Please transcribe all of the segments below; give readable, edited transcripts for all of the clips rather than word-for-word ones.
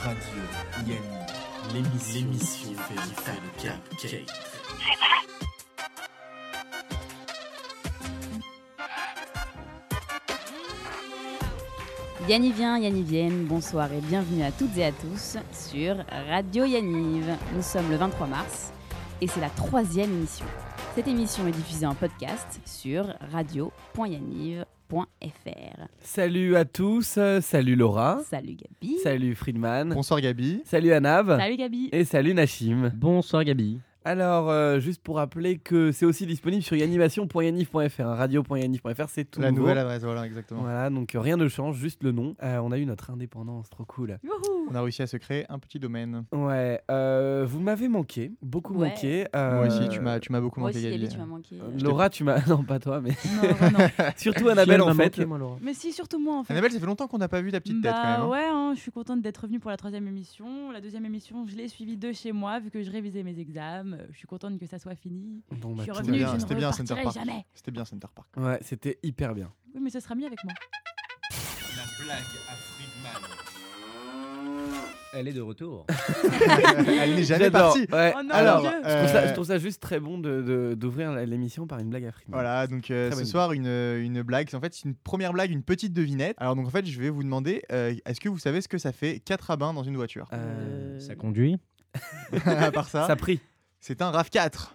Radio Yanniv, l'émission qui fait le cupcake. Yannivien, Yannivienne, bonsoir et bienvenue à toutes et à tous sur Radio Yanniv. Nous sommes le 23 mars et c'est la 3e émission. Cette émission est diffusée en podcast sur radio.yanniv.fr. Salut à tous, salut Laura. Salut Gabi. Salut Friedman. Bonsoir Gabi. Salut Anav. Salut Gabi. Et salut Nachim. Bonsoir Gabi. Alors, juste pour rappeler que c'est aussi disponible sur yanivation.yanniv.fr, radio.yanniv.fr, c'est tout La nouveau. nouvelle adresse, voilà, exactement. Voilà, donc rien ne change, juste le nom. On a eu notre indépendance, trop cool. Youhou. On a réussi à se créer un petit domaine. Ouais, vous m'avez manqué, beaucoup Ouais. manqué. Moi aussi, tu m'as beaucoup Moi manqué, aussi Gabi. Gabi, tu m'as manqué. Laura, tu m'as... Non, pas toi, mais Non. surtout Annabelle en fait. Manqué, moi, Laura. Mais si, surtout moi en fait. Annabelle, ça fait longtemps qu'on n'a pas vu ta petite tête quand même. Hein. Ouais, je suis contente d'être revenue pour la 3e émission. La 2e émission, je l'ai suivie de chez moi vu que je révisais mes examens. Je suis contente que ça soit fini. Bon, Je suis tout revenue, va je ne c'était bien, Center repartirai Park. jamais. C'était bien Center Park. Ouais, c'était hyper bien. Oui, mais ce sera mieux avec moi. La blague à Friedman. Elle est de retour. Elle n'est jamais J'adore. partie. Ouais. Oh non, Alors, mon Dieu. Je trouve ça juste très bon d'ouvrir l'émission par une blague à Friedman. Voilà, donc bonne ce idée. soir, une blague. En fait, c'est une première blague, une petite devinette. Alors, donc en fait, je vais vous demander est-ce que vous savez ce que ça fait 4 rabbins dans une voiture Ça conduit. À part ça, Ça prie. c'est un RAV4.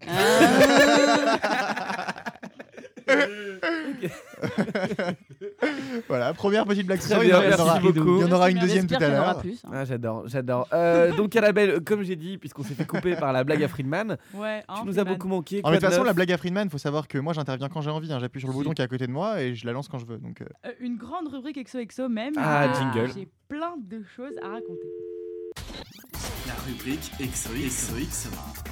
Voilà, première petite blague. Très Il y bien, en aura- merci beaucoup. il y en aura une J'espère deuxième tout qu'il à y en aura l'heure. plus, hein. Ah, j'adore. Donc Annabelle, comme j'ai dit, puisqu'on s'est fait couper par la blague à Friedman, Ouais, tu nous as beaucoup manqué. En de toute Quoi de façon, neuf la blague à Friedman, faut savoir que moi j'interviens quand j'ai envie. Hein. J'appuie sur le Si. bouton qui est à côté de moi et je la lance quand je veux. Donc, Une grande rubrique XOXO même. Ah, vu que jingle. J'ai plein de choses à raconter. La rubrique XOX.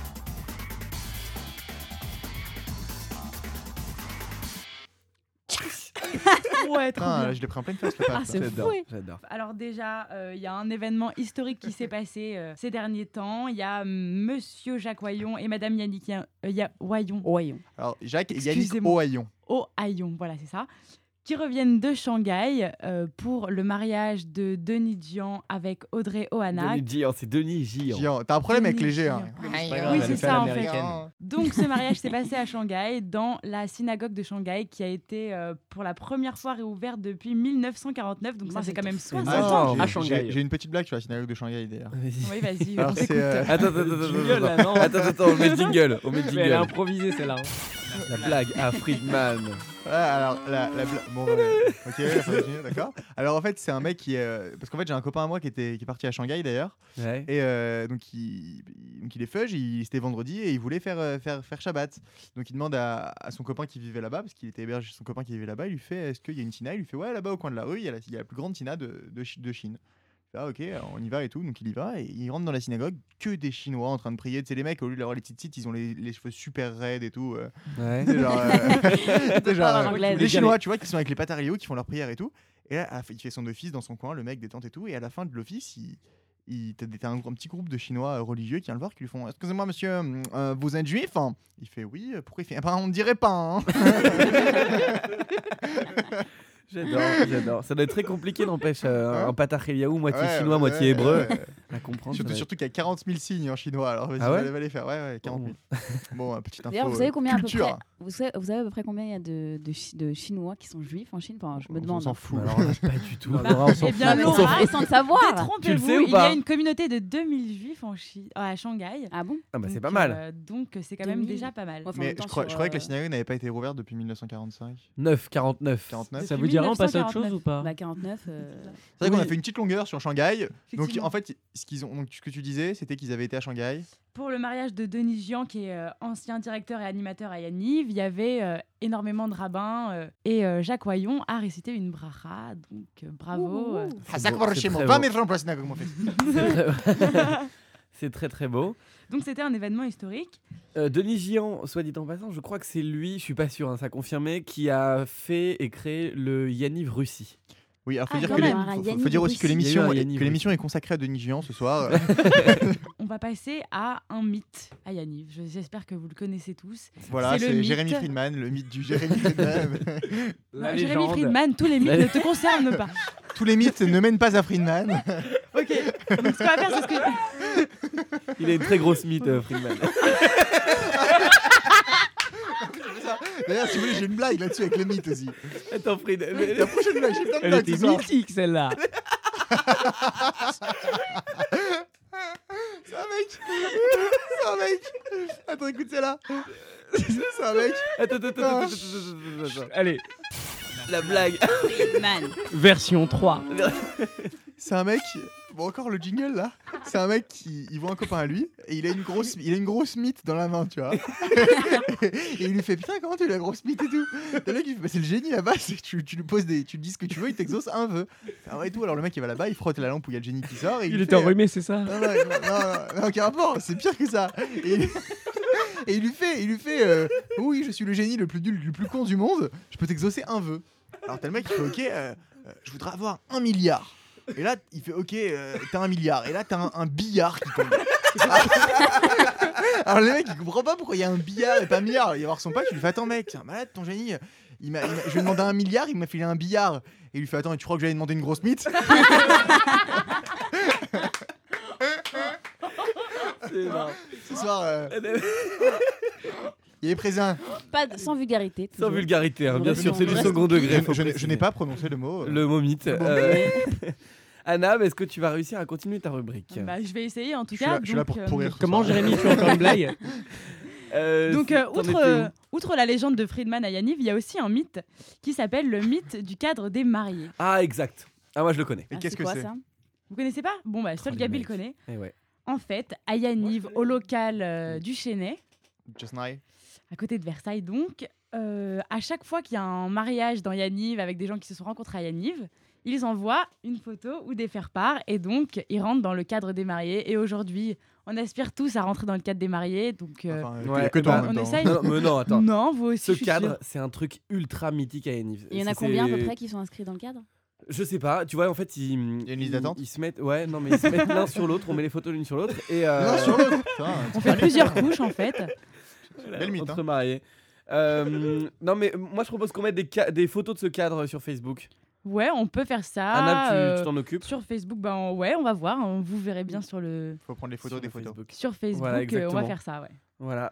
Ouais, trop putain, bien. je l'ai pris en pleine face. Le Ah, paf. c'est J'adore, fou. j'adore. Alors déjà, il y a un événement historique qui s'est passé ces derniers temps. Il y a Monsieur Jacques Wayon et Madame Yannick Wayon. Voyons. Alors, Jacques et Yannick Excusez-moi. Ohaillon. Hayon, voilà, c'est ça. Qui reviennent de Shanghai pour le mariage de Denis Jian avec Audrey Ohana. Denis Gian, c'est Denis Gian. Gian. T'as un problème avec Denis les G. Hein. Gian. pas Oui, grave, c'est elle fait ça en l'américaine. fait. Donc ce mariage s'est passé à Shanghai, dans la synagogue de Shanghai, qui a été pour la première fois réouverte depuis 1949. Donc ça Moi, fait c'est quand même trop 60 Ah, ans. à Shanghai. J'ai une petite blague sur la synagogue de Shanghai d'ailleurs. Oui, vas-y, Alors, on c'est, t'écoute. Jingle, là, non. on met le jingle. On met le Mais elle a jingle. improvisé celle-là. La blague à Friedman. alors, la blague. Bon, ok, la fin de continuer, d'accord. Alors en fait, c'est un mec qui est. Parce qu'en fait, j'ai un copain à moi qui est parti à Shanghai d'ailleurs. Ouais. Et donc, il est fudge, c'était vendredi et il voulait faire Shabbat. Donc, il demande à son copain qui vivait là-bas, parce qu'il était hébergé chez son copain qui vivait là-bas, il lui fait est-ce qu'il y a une tina? Il lui fait ouais, là-bas au coin de la rue, il y a la plus grande tina de Chine. Ah ok, alors on y va et tout, donc il y va et il rentre dans la synagogue, que des Chinois en train de prier. Tu sais, les mecs, au lieu d'avoir les petites ils ont les cheveux super raides et tout. Ouais. C'est genre, c'est genre, avoir l'anglaise. les Chinois, tu vois, qui sont avec les patarillos, qui font leur prière et tout. Et là, il fait son office dans son coin, le mec détente et tout. Et à la fin de l'office, t'as un petit groupe de Chinois religieux qui vient le voir, qui lui font excusez-moi monsieur, vous êtes juif? Il fait oui. Pourquoi? Il fait on ne dirait pas. Hein. J'adore. Ça doit être très compliqué, n'empêche, un patacheliaou, moitié Ouais, chinois, ouais, moitié hébreu, ouais. à comprendre. Surtout qu'il y a 40 000 signes en chinois. Alors vas-y, Ah ouais va les faire. Ouais, 40 000. Bon, petite info. D'ailleurs, vous savez combien culture. à peu près vous savez à peu près combien il y a de Chinois qui sont juifs en Chine? Enfin, je me On demande. s'en fout. Alors, pas du tout. Eh bien, Non, mais Laura, c'est intéressant de savoir. détrompez-vous, Tu le sais ou il y pas a une communauté de 2000 juifs à Shanghai. Ah bon? Ah bah c'est Donc, pas mal. Donc c'est quand même 2000. déjà pas mal. Ouais, enfin, en Mais même temps, je croyais que la sur, synagogue n'avait pas été rouverte depuis 1945. 49. 49. Ça Depuis vous dirait on passe à autre chose 1949. ou pas? Bah 49. C'est vrai qu'on a fait une petite longueur sur Shanghai. Donc Effectivement. en fait, ce que tu disais, c'était qu'ils avaient été à Shanghai. Pour le mariage de Denis Jian, qui est ancien directeur et animateur à Yanniv, il y avait énormément de rabbins et Jacques Wayon a récité une bracha, donc bravo. C'est beau, c'est très beau. C'est très très beau. Donc c'était un événement historique. Denis Gian, soit dit en passant, je crois que c'est lui, je suis pas sûr, ça confirmé, qui a fait et créé le Yanniv Russie. Oui, alors Ah, faut quand dire même, que un faut Yanniv dire aussi que Russie. Il y a eu un l'émission Yanniv l'émission est consacrée à Denis Gian ce soir. On va passer à un mythe à Yanniv. J'espère que vous le connaissez tous. Voilà, C'est le c'est mythe. Jérémy Friedman, le mythe du Jérémy Friedman. Non, Jérémy Friedman, tous les mythes ne te concernent pas. Tous les mythes ne mènent pas à Friedman. Ok. Donc ce qu'on va faire, c'est ce que... Il a une très grosse mythe, Friedman. D'ailleurs, si vous voulez, j'ai une blague là-dessus avec le mythe aussi. Attends, Fried. La prochaine blague, j'ai plein de Elle blagues était ce soir. mythique celle-là. C'est un mec. C'est un mec. Attends, écoute celle-là. C'est un mec. Attends. Allez, La blague. Friedman. version 3. C'est un mec. Bon, encore le jingle là. C'est un mec qui il voit un copain à lui et il a une grosse mythe dans la main, tu vois. Et il lui fait putain, comment tu as la grosse mythe et tout. Le mec il fait bah, c'est le génie là-bas, c'est que tu lui poses tu lui dis ce que tu veux, il t'exauce un vœu. Ah ouais, et tout. Alors le mec il va là-bas, il frotte la lampe où il y a le génie qui sort et Il lui était fait, enrhumé, c'est ça? non, aucun rapport, c'est pire que ça. Et il lui fait oui, je suis le génie le plus nul, le plus con du monde, je peux t'exaucer un vœu. Alors t'as le mec qui fait ok, je voudrais avoir 1 milliard. Et là, il fait ok, t'as 1 milliard. Et là, t'as un billard qui tombe. Alors le mec, il comprend pas pourquoi il y a un billard et pas un milliard. Il va voir son pote, il lui fait attends mec, c'est un malade ton génie. Je lui ai demandé 1 milliard, il m'a filé un billard. Et il lui fait attends, tu crois que j'allais demander une grosse mythe? C'est énorme. Ce soir, il est présent. Sans vulgarité. Sans toujours. vulgarité, hein, bien Non, sûr, c'est du reste- second degré. faut Je préciser. n'ai pas prononcé le mot. Le mot mythe. Bon. Anna, est-ce que tu vas réussir à continuer ta rubrique? Bah, je vais essayer en tout Je suis cas. là- je suis là donc, pour pourrir. Comment, Jérémy, tu as encore une blague? Donc, t'en étais outre la légende de Friedman à Yaniv, il y a aussi un mythe qui s'appelle le mythe du cadre des mariés. Ah, exact. Ah, moi je le connais. Et Ah, qu'est-ce que quoi, c'est? ça Vous connaissez pas? Bon, bah, seul les Gabi le mecs. connaît. Eh ouais. En fait, à Yaniv, au local du Chesnay, Just Night. à côté de Versailles donc, à chaque fois qu'il y a un mariage dans Yaniv avec des gens qui se sont rencontrés à Yaniv, ils envoient une photo ou des faire-part et donc ils rentrent dans le cadre des mariés. Et aujourd'hui, on aspire tous à rentrer dans le cadre des mariés. Donc, Enfin, il y a Ouais, que toi en bah, même on temps. essaye. Non, mais non, attends. non, vous aussi. Ce je suis cadre, sûre. c'est un truc ultra mythique à Yaniv. Il y en a C'est- combien à peu près qui sont inscrits dans le cadre? Je sais pas, tu vois, en fait, y a une liste d'attente ils se mettent, ouais, non, mais ils se mettent l'un sur l'autre, on met les photos l'une sur l'autre et L'un sur l'autre. Putain, On fait plusieurs couches en fait. voilà, Belle mythe, entre hein. mariés. Non, mais moi je propose qu'on mette des photos de ce cadre sur Facebook. Ouais, on peut faire ça. Anna, tu t'en occupes Sur Facebook, ouais, on va voir. Vous verrez bien sur Faut prendre les photos des photos. Facebook. sur Facebook. Voilà, on va exactement. faire ça, ouais. Voilà.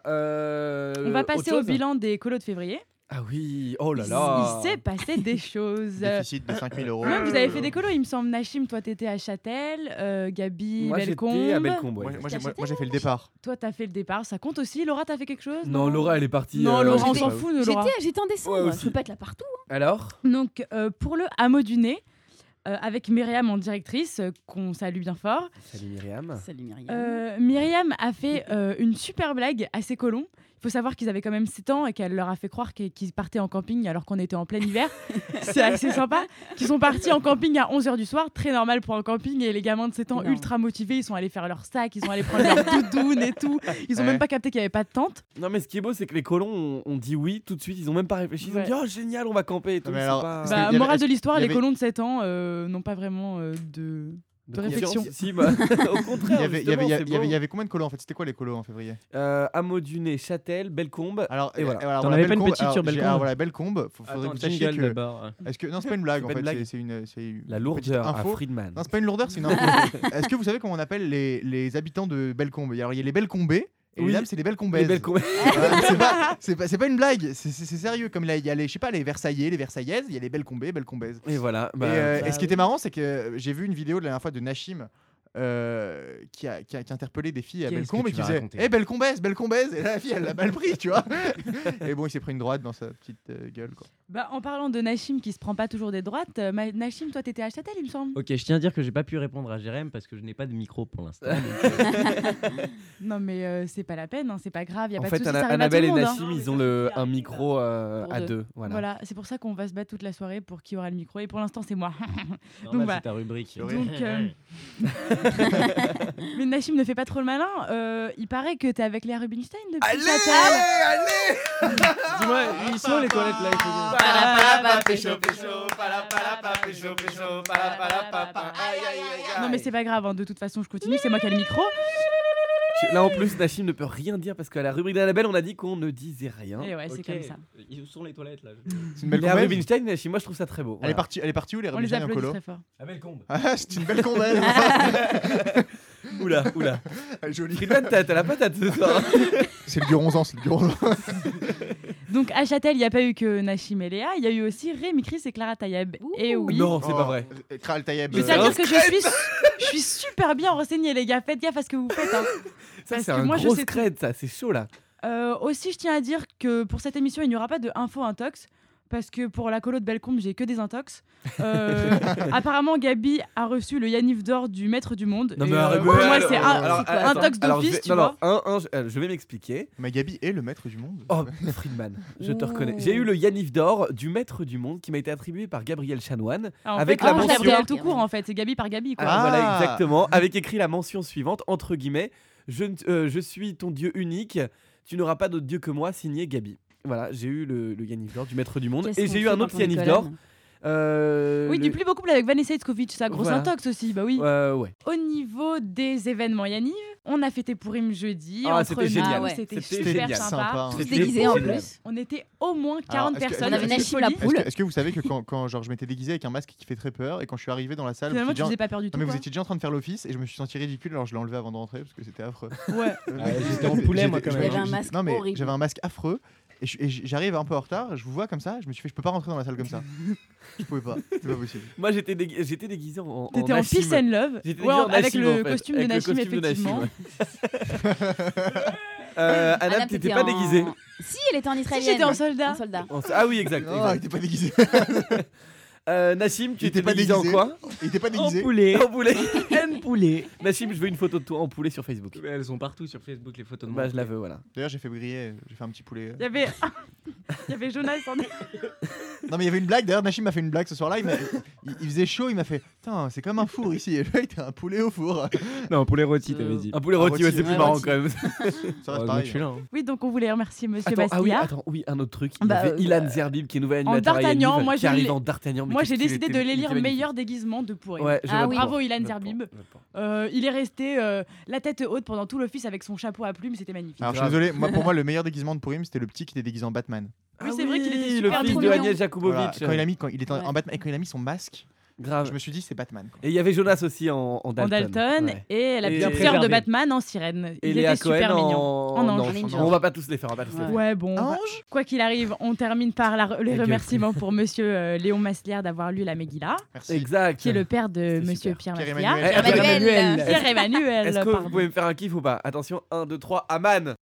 On va passer au bilan des colos de février. Ah oui, oh là là. Il s'est passé des choses. Déficit de 5 000 euros. Ouais, vous avez fait des colos, il me semble. Nachim, toi, t'étais à Châtel. Gabi, Moi Bellecombe. j'étais à Bellecombe. Ouais. Moi, j'ai fait le départ. Toi, t'as fait le départ. Ça compte aussi. Laura, t'as fait quelque chose? Non, Laura elle est partie. Non, Laura, on j'étais- s'en fout de Laura. J'étais en décembre, Ouais, je aussi. peux pas être là partout. Alors Donc, pour le hameau du nez, avec Myriam en directrice, qu'on salue bien fort. Salut Myriam. Salut Myriam. Myriam a fait une super blague à ses colons. Il faut savoir qu'ils avaient quand même 7 ans et qu'elle leur a fait croire qu'ils partaient en camping alors qu'on était en plein hiver. C'est assez sympa. Qu'ils sont partis en camping à 11h du soir, très normal pour un camping. Et les gamins de 7 ans, Non. ultra motivés, ils sont allés faire leur sac, ils sont allés prendre leur doudoune et tout. Ils ont Ouais. même pas capté qu'il n'y avait pas de tente. Non mais ce qui est beau c'est que les colons ont dit oui tout de suite, ils ont même pas réfléchi, ils ont Ouais. dit oh génial on va camper et tout. Non, mais c'est alors, pas- Parce qu'il Bah, y avait- morale est-ce de l'histoire, qu'il y les avait- colons de 7 ans n'ont pas vraiment de réflexion. confiance. Si, bah, au contraire. Il y justement, avait combien de colos en fait? C'était quoi les colos en février? Hameau du Nez, Châtel, Bellecombe. Alors, Et voilà. T'en avais pas une petite sur Bellecombe? Alors voilà, Bellecombe. Faudrait que Attends, vous sachiez jingle que. d'abord. Est-ce que non, c'est pas une blague C'est en pas une fait. blague. C'est une La petite lourdeur à info. Friedman. Non, c'est pas une lourdeur, c'est une info. Est-ce que vous savez comment on appelle les habitants de Bellecombe? Alors il y a les Bellecombés et Oui. les dames c'est les Les Bellecombaises. Bellecombe. C'est pas une blague, c'est sérieux. Comme il y a les, je sais pas, les Versaillais, les Versaillaises, il y a les Bellecombés, Bellecombaises. Et voilà. Et, bah, et ce qui était marrant, c'est que j'ai vu une vidéo de la dernière fois de Nachim qui a interpellé des filles à Qu'est-ce Bellecombe que et tu qui vas disait raconter Eh Bellecombaise, et là la fille elle l'a mal pris, tu vois. Et bon, il s'est pris une droite dans sa petite gueule quoi. Bah, en parlant de Nachim qui se prend pas toujours des droites, Nachim, toi, t'étais à Châtel, il me semble. Ok, je tiens à dire que j'ai pas pu répondre à Jérém parce que je n'ai pas de micro pour l'instant. Non, mais c'est pas la peine, hein, c'est pas grave, y a en pas fait, de soucis, ça arrive à Annabelle tout et le monde, hein. Nachim, ils ont un micro à deux. deux. Voilà. Voilà, c'est pour ça qu'on va se battre toute la soirée pour qui aura le micro. Et pour l'instant, c'est moi. Normal, voilà. c'est ta rubrique. Donc, mais Nachim ne fait pas trop le malin. Il paraît que t'es avec Léa Rubinstein depuis Châtel. allez. Dis-moi, ils sont les toilettes là. il faut dire. Non, mais c'est pas grave, hein, de toute façon, je continue, c'est moi qui ai le micro. Là en plus, Nachim ne peut rien dire parce qu'à la rubrique d'Annabelle, on a dit qu'on ne disait rien. Et ouais, c'est Ok. comme ça. Où sont les toilettes là C'est une belle Les comète. Rubinstein, Nachim, moi je trouve ça très beau. Elle est Voilà. partie où les On les Rubinstein en applaudit colo? très fort. À Bellecombe. Ah, c'est une belle comète. Oula. Joli. Friedman, t'as la patate ce soir. C'est le Guronzan, Donc à Châtel, il n'y a pas eu que Nachim et Léa, il y a eu aussi Rémi Chris et Clara Tayeb. Et oui. Non, c'est pas vrai. Kral Tayeb. Je tiens à dire que je suis super bien renseignée, les gars. Faites gaffe à ce que vous faites. Hein. Ça, Parce c'est que un moi, je gros sais scred, ça, c'est chaud là. Aussi, je tiens à dire que pour cette émission, il n'y aura pas de info intox. Parce que pour la colo de Bellecombe, j'ai que des intox. Apparemment, Gabi a reçu le Yaniv d'or du maître du monde. Non, Et, mais arrête, pour ouais, moi, alors, c'est alors, un tox d'office, tu vois. Je vais m'expliquer. Mais Gabi est le maître du monde. Oh, Friedman, je te Ouh. reconnais. J'ai eu le Yaniv d'or du maître du monde qui m'a été attribué par Gabriel Chanoine. En avec fait, la non, mention- Gabriel tout court, en fait. C'est Gabi par Gabi, quoi. Ah, Ah. Voilà, exactement. Avec écrit la mention suivante, entre guillemets, je suis ton dieu unique, tu n'auras pas d'autre dieu que moi, signé Gabi. Voilà, j'ai eu le Yaniv d'or du maître du monde. Qu'est-ce Et qu'on j'ai eu fait un quand autre on est Yaniv colonne d'or. Oui, du plus beau couple avec Vanessa Itzkovic, ça, grosse Voilà. intox aussi, bah oui. Ouais. Au niveau des événements Yaniv, on a fêté Pourim jeudi. Ah, entre c'était nous, génial. C'était C'était super génial. sympa. Sympa. Tous C'était déguisés en génial. plus. On était au moins 40 est-ce que- personnes. On avait c'était Nachim la folie. poule. Est-ce que vous savez que quand genre, je m'étais déguisé avec un masque qui fait très peur et quand je suis arrivé dans la salle, Finalement, vous tu étiez faisais pas peur du non, tout. mais vous quoi. étiez déjà en train de faire l'office et je me suis senti ridicule alors je l'ai enlevé avant de rentrer parce que c'était affreux. Ouais. J'étais en poulet moi quand Il y même. avait un masque Non mais horrible. j'avais un masque affreux et j'arrive un peu en retard, je vous vois comme ça, je me suis fait je peux pas rentrer dans la salle comme ça. Je pouvais pas, c'est pas possible. Moi, j'étais déguisé en T'étais en Nachim. peace and love. J'étais Ouais, déguisé en avec Nachim, le en fait. costume de Avec le Nachim, costume de Nachim, effectivement. ouais. Anna, t'étais pas déguisée. Si, elle était en Si israélienne. j'étais en soldat. En soldat. Ah oui, exact. Non, il était pas déguisé. Nachim, tu Il étais était pas déguisé en déguisé. quoi? Il était pas En déguisé. poulet. En poulet. Un poulet. Nachim, je veux une photo de toi en poulet sur Facebook. Mais elles sont partout sur Facebook les photos de Bah, moi. je la veux, voilà. D'ailleurs, j'ai fait briller, j'ai fait un petit poulet. Il y avait, il y avait Jonas en Non mais il y avait une blague, d'ailleurs Nachim m'a fait une blague ce soir-là, il faisait chaud, il m'a fait putain, c'est comme un four ici et là il était un poulet au four. Non, poulet rôti, t'avais dit. Un poulet rôti, ouais, c'est plus Ouais, marrant rôti. quand même. Ça reste Oh, pareil. je suis là. hein. Oui, donc on voulait remercier Monsieur Attends, ah oui, Bastillard. attends, oui, un autre truc. Il y Bah, avait Ilan Zerbib qui est nouvel animateur à D'Artagnan, Yaniv, moi, qui je arrive l'ai- en D'Artagnan. mais Moi, qu'est-ce j'ai qu'il décidé était- de il l'élire était magnifique. meilleur déguisement de Pourim. Ouais, je Ah vote oui. pour. Bravo, Ilan Je vote Zerbib. pour, je vote pour. Il est resté la tête haute pendant tout l'office avec son chapeau à plumes, c'était magnifique. Alors je suis Grave. désolé, moi pour moi le meilleur déguisement de Pourim c'était le petit qui était déguisé en Batman. Oui, c'est vrai qu'il était le super fils trop de mignon. Agnès Jakubovic. Voilà, quand il était en Ouais. Batman et quand il a mis son masque, Grave. je me suis dit c'est Batman. Quoi. Et il y avait Jonas aussi en En Dalton. Dalton Ouais. et la Et- petite Bien sœur de préservé. Batman en sirène. Et Il Léa était Cohen super mignon. en ange. ange. On va pas tous les faire, on va pas tous les faire. Ouais, bon. Ange Quoi qu'il arrive, on termine par les Dieu. remerciements pour Monsieur Léon Maslière d'avoir lu la Megillah, Merci. Exact. qui est le père de C'était Monsieur super. Pierre Pierre Masliard. Emmanuel. Emmanuel. Pierre-Emmanuel, Est-ce que pardon. vous pouvez me faire un kiff ou pas? Attention, 1, 2, 3, Aman.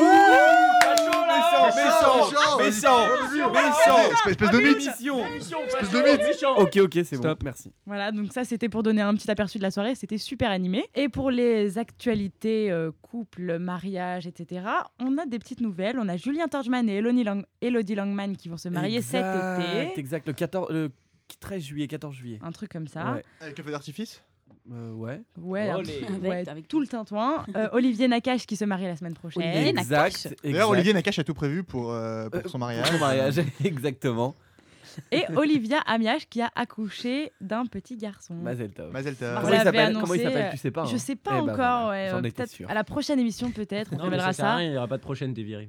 Méchant. Espèce de mythe. Mission. Espèce de mythe. Ok, c'est bon. Stop. Merci. Voilà, donc ça c'était pour donner un petit aperçu de la soirée, c'était super animé. Et pour les actualités couple, mariage, etc., on a des petites nouvelles. On a Julien Torgman et Elodie Langman qui vont se marier cet été. Exact, le 13 juillet, 14 juillet. Un truc comme ça. Ouais. Avec le feu d'artifice. Ouais. Ouais, un Olé. truc- Avec- ouais, avec tout le tintouin. Olivier Nakache qui se marie la semaine prochaine. Olivier Nakache. Exact. D'ailleurs Olivier Nakache a tout prévu pour son mariage. Pour son mariage, exactement. Et Olivia Amiach qui a accouché d'un petit garçon. Mazel tov. Mazel tov. On Comment il l'avait s'appelle annoncé, Comment il s'appelle Tu sais pas. Je hein. sais pas Eh ben encore, voilà, ouais, j'en étais peut-être sûr. à la prochaine émission peut-être, on Non, mais révélera ça sert à ça. rien, il n'y aura pas de prochaine, t'es viré.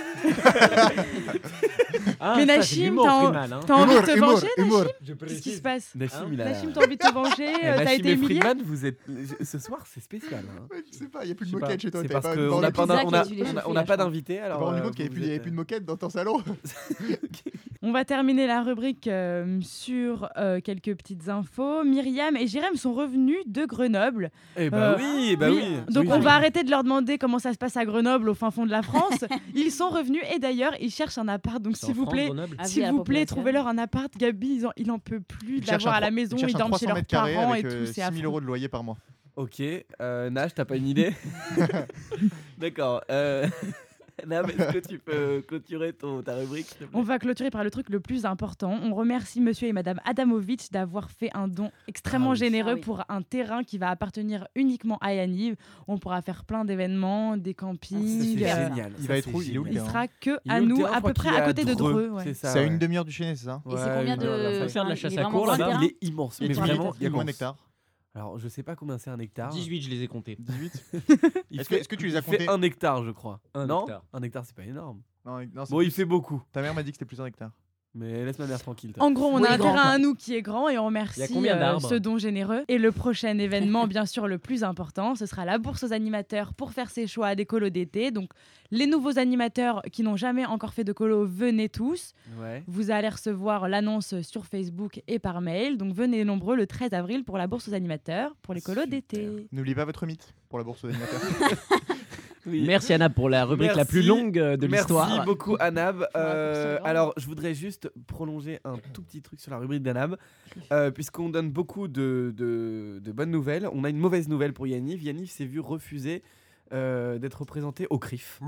Mais Nachim, t'as envie de te Humour, venger, humour. Nachim Qu'est-ce qui se passe Nachim, il a. Nachim, t'as envie de te venger Eh, T'as Nachim été et humilié Friedman, vous êtes. Ce soir, c'est spécial. hein. Ouais, je sais pas, il y a plus de Je sais moquette pas. chez toi. C'est t'avais parce pas- qu'on t'as n'a pas pas, Isaac on a, a dû les chauffer, on n'a là, pas je crois. d'invité. Alors. rendu compte qu'il vous n'y avait êtes- plus de moquette dans ton salon. On va terminer la rubrique sur quelques petites infos. Myriam et Jérém sont revenus de Grenoble. Eh bah oui, bah oui. Donc Oui, on oui. va arrêter de leur demander comment ça se passe à Grenoble, au fin fond de la France. Ils sont revenus et d'ailleurs ils cherchent un appart. Donc s'il vous plaît, Avis s'il à la vous plaît, population. trouvez-leur un appart. Gabi, il en peut plus de l'avoir à la maison. Ils Ils dorment chez 300 leurs mètres carrés parents et avec tout. C'est 6 000 euros de loyer par mois. Ok, Nash, t'as pas une idée? D'accord. Nam, est-ce que tu peux clôturer ta rubrique s'il te plaît On va clôturer par le truc le plus important. On remercie monsieur et madame Adamovic d'avoir fait un don extrêmement Ah oui. généreux Ah oui. pour un terrain qui va appartenir uniquement à Yaniv. On pourra faire plein d'événements, des Ça, campings. c'est super, ça. génial. Il Ça, va être c'est où Il est où, le Il génial. terrain sera que Il est à où le nous, terrain? à Je peu crois près qu'il est à côté de Dreux. ouais. C'est ça. C'est à ouais. une demi-heure du Chénet, c'est ça Et c'est Ouais, combien une de. heure, Faut faire de la chasse il est à vraiment courre, grand, là-bas. le terrain Il est immense. Il Mais est vraiment, Il y a combien d'hectares Alors, je sais pas combien c'est un hectare. 18, je les ai comptés. 18. Il Est-ce fait- que tu les as il fait comptés 1 hectare, je crois. Un non hectare. 1 hectare, c'est pas énorme. Non, c'est Bon, il plus- fait beaucoup. Ta mère m'a dit que c'était plus d'un hectare. Mais laisse ma mère tranquille. toi. En gros, on Oui, a un grand, terrain quoi. à nous qui est grand et on remercie Il y a combien d'arbres ce don généreux. Et le prochain événement, bien sûr, le plus important, ce sera la bourse aux animateurs pour faire ses choix à des colos d'été. Donc, les nouveaux animateurs qui n'ont jamais encore fait de colo, venez tous. Ouais. Vous allez recevoir l'annonce sur Facebook et par mail. Donc, venez nombreux le 13 avril pour la bourse aux animateurs pour les colos d'été. N'oubliez pas votre mythe pour la bourse aux animateurs. Oui. Merci Anna pour la rubrique la plus Merci. longue de l'histoire. Merci beaucoup Anab. ça, Alors je voudrais juste prolonger un tout petit truc sur la rubrique d'Anab, puisqu'on donne beaucoup de bonnes nouvelles. On a une mauvaise nouvelle pour Yaniv. Yaniv s'est vu refuser d'être représenté au CRIF.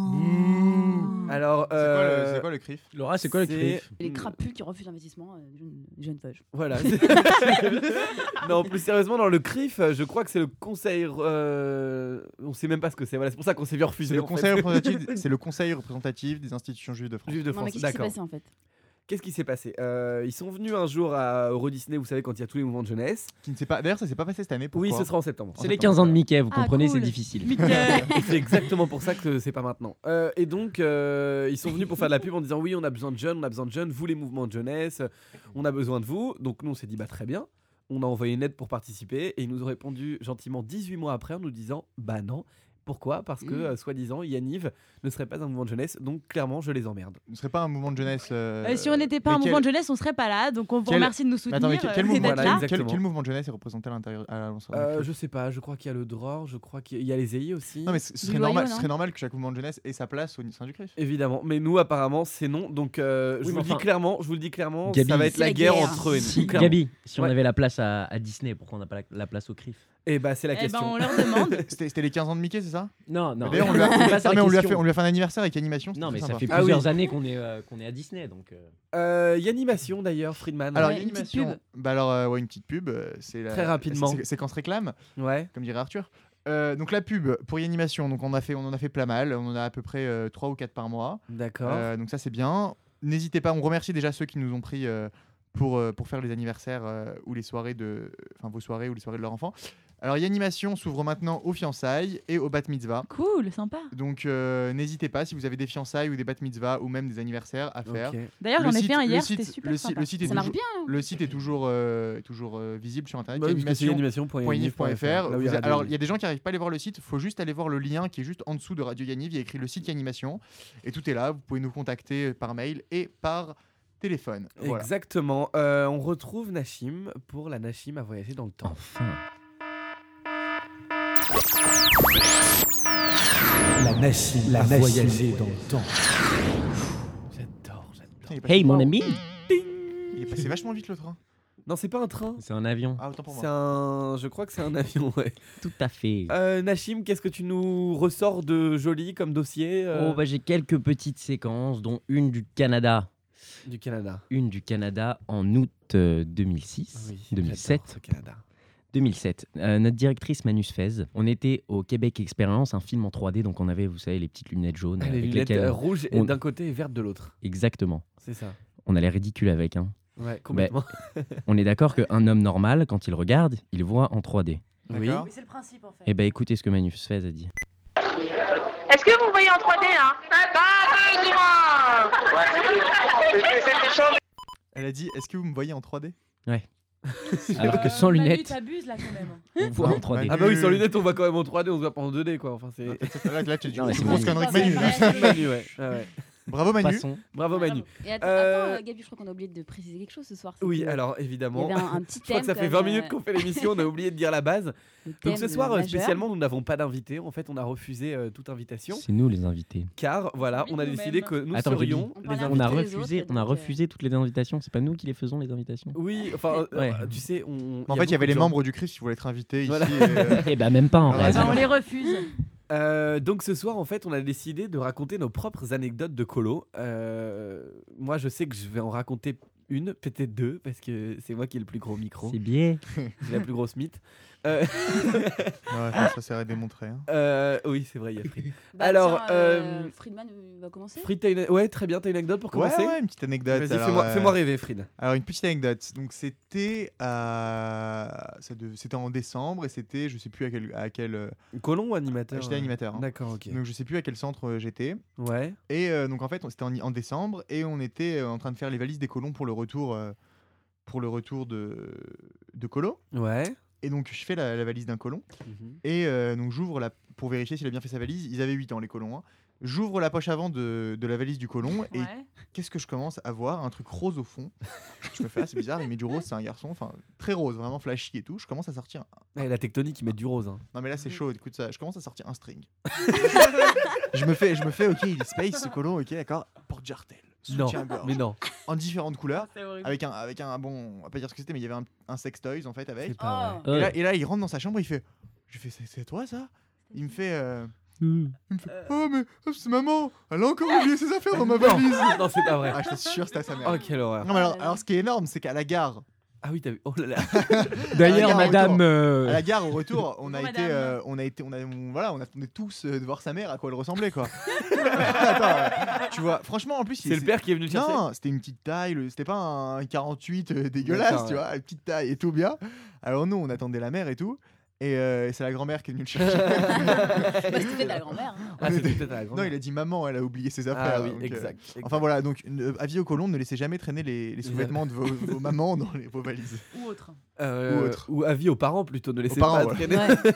Alors C'est quoi le CRIF? Laura, c'est quoi le CRIF? Les crapus qui refusent l'investissement des jeunes feuges. Voilà. Non, plus sérieusement, dans le CRIF, je crois que c'est le conseil. On sait même pas ce que c'est. Voilà, c'est pour ça qu'on s'est vu refuser. C'est le en conseil fait. représentatif. C'est le conseil représentatif des institutions juives de France. Juif de Non, mais France. qu'est-ce qui s'est D'accord. passé en fait? Qu'est-ce qui s'est passé Ils sont venus un jour à Euro Disney, vous savez, quand il y a tous les mouvements de jeunesse. Qui ne sait pas. D'ailleurs, ça s'est pas passé cette année. Oui, Pourquoi ce sera en septembre. C'est les 15 ans de Mickey, vous Ah, comprenez, cool. c'est difficile. Et c'est exactement pour ça que c'est pas maintenant. Et donc, ils sont venus pour faire de la pub en disant oui, on a besoin de jeunes, vous les mouvements de jeunesse, on a besoin de vous. Donc nous, on s'est dit bah très bien. On a envoyé une lettre pour participer et ils nous ont répondu gentiment 18 mois après en nous disant bah non. Pourquoi ? Parce que, soi-disant, Yaniv ne serait pas un mouvement de jeunesse, donc clairement, je les emmerde. Ce ne serait pas un mouvement de jeunesse. Si on n'était pas un mouvement de jeunesse, on serait pas là. Donc, on vous remercie de nous Mais soutenir. attends, mais quel et mouvement, d'être voilà, là. exactement. quel mouvement de jeunesse est représenté à l'intérieur à l'ensemble du CRIF? Je sais pas, je crois qu'il y a le DROR, je crois qu'il y a les EI aussi. Non, mais ce Du serait normal, loyau, ce serait normal que chaque mouvement de jeunesse ait sa place au sein du CRIF. Évidemment, mais nous apparemment c'est non, donc je vous mais le dis clairement, Gabi, ça va être c'est la la guerre guerre. entre eux. et nous, Si, clairement. Gabi, si on Ouais. avait la place à Disney, pourquoi on n'a pas la place au CRIF? Et bah c'est la Eh ben, question. on leur demande. C'était les 15 ans de Mickey, c'est ça? Non, non. D'ailleurs, on lui a, C'est pas ça Ah, la mais on lui a question. fait un anniversaire avec animation. c'était Non, mais très ça sympa. fait Ah plusieurs oui. années qu'on est à Disney, donc. Il y a animation d'ailleurs, Friedman. Alors, Ouais, une petite l'animation. Bah alors, ouais, une petite pub. C'est la- Très rapidement. Séquence réclame, Ouais. comme dirait Arthur. Donc la pub pour Yanimation, donc on en a fait pas mal. On en a à peu près 3 ou 4 par mois. D'accord. Donc ça c'est bien. N'hésitez pas, on remercie déjà ceux qui nous ont pris pour faire les anniversaires ou les soirées vos soirées ou les soirées de leurs enfants. Alors Yanimation s'ouvre maintenant aux fiançailles et aux bat mitzvah. Cool, sympa. Donc n'hésitez pas si vous avez des fiançailles ou des bat mitzvah ou même des anniversaires à faire. Ok. D'ailleurs, Le j'en ai site- fait un le hier, site- c'était super le site- sympa. le site est Ça marche toujours- bien. Le site est toujours visible sur internet. Bah oui, parce que c'est Yanimation.yanif.fr. animation.yanif.fr. Là où il y a Radio Alors, il Yanif. y a des gens qui n'arrivent pas à aller voir le site. Il faut juste aller voir le lien qui est juste en dessous de Radio Yaniv. Il y a écrit le site Yanimation. Et tout est là. Vous pouvez nous contacter par mail et par téléphone. Voilà. Exactement. On retrouve Nachim pour la Nachim à voyager dans le temps. Enfin. La Nachim a voyagé dans le temps. J'adore. Putain, il est passé- Hey, mon ami! Il est passé vachement vite le train. Non, c'est pas un train. C'est un avion. Ah, autant pour C'est moi. un. Je crois que c'est un avion. Ouais. Tout à fait. Nachim, qu'est-ce que tu nous ressors de joli comme dossier Oh, bah, j'ai quelques petites séquences, dont une du Canada. du Canada? Une du Canada en août 2006. Oui, 2007. j'adore ce Canada. 2007. Notre directrice Manus Fez, on était au Québec Experience, un film en 3D, donc on avait, vous savez, les petites lunettes jaunes. Ah, les avec lunettes lesquelles- rouges on- d'un côté et vertes de l'autre. Exactement. C'est ça. On allait ridicule avec. Hein. Ouais, complètement. On est d'accord qu'un homme normal, quand il regarde, il voit en 3D. Oui. D'accord. c'est le principe en fait. Eh ben écoutez ce que Manus Fez a dit. Est-ce que vous voyez en 3D là? Elle a dit est-ce que vous me voyez en 3D? Alors que sans lunettes, T'abuses là quand même. on voit en 3D. Ah bah oui, sans lunettes, on voit quand même en 3D, on se voit pas en 2D quoi. Enfin, c'est. Là, tu as dit Non, mais plus c'est grosse Manu. connerie que Manu. Manu, ouais. Ah ouais. Bravo Manu. Passons. Bravo Manu. Et attends, Gabi, je crois qu'on a oublié de préciser quelque chose ce soir. c'est Oui, que alors il y évidemment. avait un petit Je crois thème. que ça fait comme, 20 minutes qu'on fait l'émission, on a oublié de dire la base. le Donc thème ce soir, majeur. spécialement, nous n'avons pas d'invité. En fait, on a refusé toute invitation. C'est nous les invités. Car voilà, Oui, on a nous-mêmes. décidé que nous Attends, serions On les parlait invités. On a les refusé, autres, on a donc, refusé toutes les invitations. C'est pas nous qui les faisons les invitations. Oui, enfin, Ouais. tu sais, on. En fait, il y avait beaucoup les de gens. membres du CRIF qui voulaient être invités Voilà. ici. Eh ben même pas en Ah, vrai. ouais, On les refuse. Donc ce soir, en fait, on a décidé de raconter nos propres anecdotes de colo. Moi, je sais que je vais en raconter une, peut-être deux, parce que c'est moi qui ai le plus gros micro. C'est bien. J'ai la plus grosse mythe. Ouais, ça serait démontré. Hein. Oui, c'est vrai, il y a Fried. Bah, Alors, tiens, Friedman va commencer. Fried, ouais, très bien, t'as une anecdote pour Ouais, commencer ouais, une petite anecdote. Vas-y, Alors, fais-moi rêver, Fried. Alors une petite anecdote. Donc c'était c'était en décembre et c'était, je sais plus à quel Colon ou animateur j'étais animateur. Hein. D'accord, ok. Donc je sais plus à quel centre j'étais. Ouais. Et donc en fait, c'était en décembre et on était en train de faire les valises des colons pour le retour de colo. Ouais. Et donc je fais la valise d'un colon et donc j'ouvre pour vérifier s'il a bien fait sa valise. Ils avaient 8 ans les colons. Hein. J'ouvre la poche avant de la valise du colon et qu'est-ce que je commence à voir? Un truc rose au fond. Je me fais c'est bizarre, il met du rose, c'est un garçon, enfin très rose, vraiment flashy et tout. Je commence à sortir. La tectonique, ils mettent du rose. Hein. Non mais là c'est chaud, écoute ça. Je commence à sortir un string. je me fais ok, il est space ce colon, ok d'accord. Porte-jartel. Non, soutien-gorge, mais non. en différentes couleurs, C'est horrible. avec un bon, on va pas dire ce que c'était, mais il y avait un sex toys en fait avec. C'est pas vrai. Ouais. Et là, il rentre dans sa chambre, il fait, je fais c'est toi ça? Il me fait oh mais c'est maman, elle a encore oublié ses affaires dans ma valise. Non, c'est pas vrai. Ah, je t'assure, c'était à sa mère. Oh, quelle horreur. Non, mais alors, ce qui est énorme, c'est qu'à la gare, Ah oui, t'as vu. Oh là là. D'ailleurs, à la gare, madame. à la gare au retour, on Bonjour, attendait tous de voir sa mère à quoi elle ressemblait quoi. Attends, tu vois, franchement en plus C'est le père qui est venu le chercher. non, c'était une petite taille, c'était pas un 48 dégueulasse, D'accord, tu vois, une petite taille et tout bien. Alors nous, on attendait la mère et tout. Et c'est la grand-mère qui est venue le chercher. Bah, c'était de la grand-mère. Hein. Ah, c'était peut-être la Non, grand-mère. il a dit maman, elle a oublié ses affaires. Ah oui, donc, exact. Enfin voilà, donc avis aux colons, ne laissez jamais traîner les sous-vêtements de vos mamans dans vos valises. Ou autre. ou autre. Ou avis aux parents plutôt, ne laissez Aux parents, pas voilà.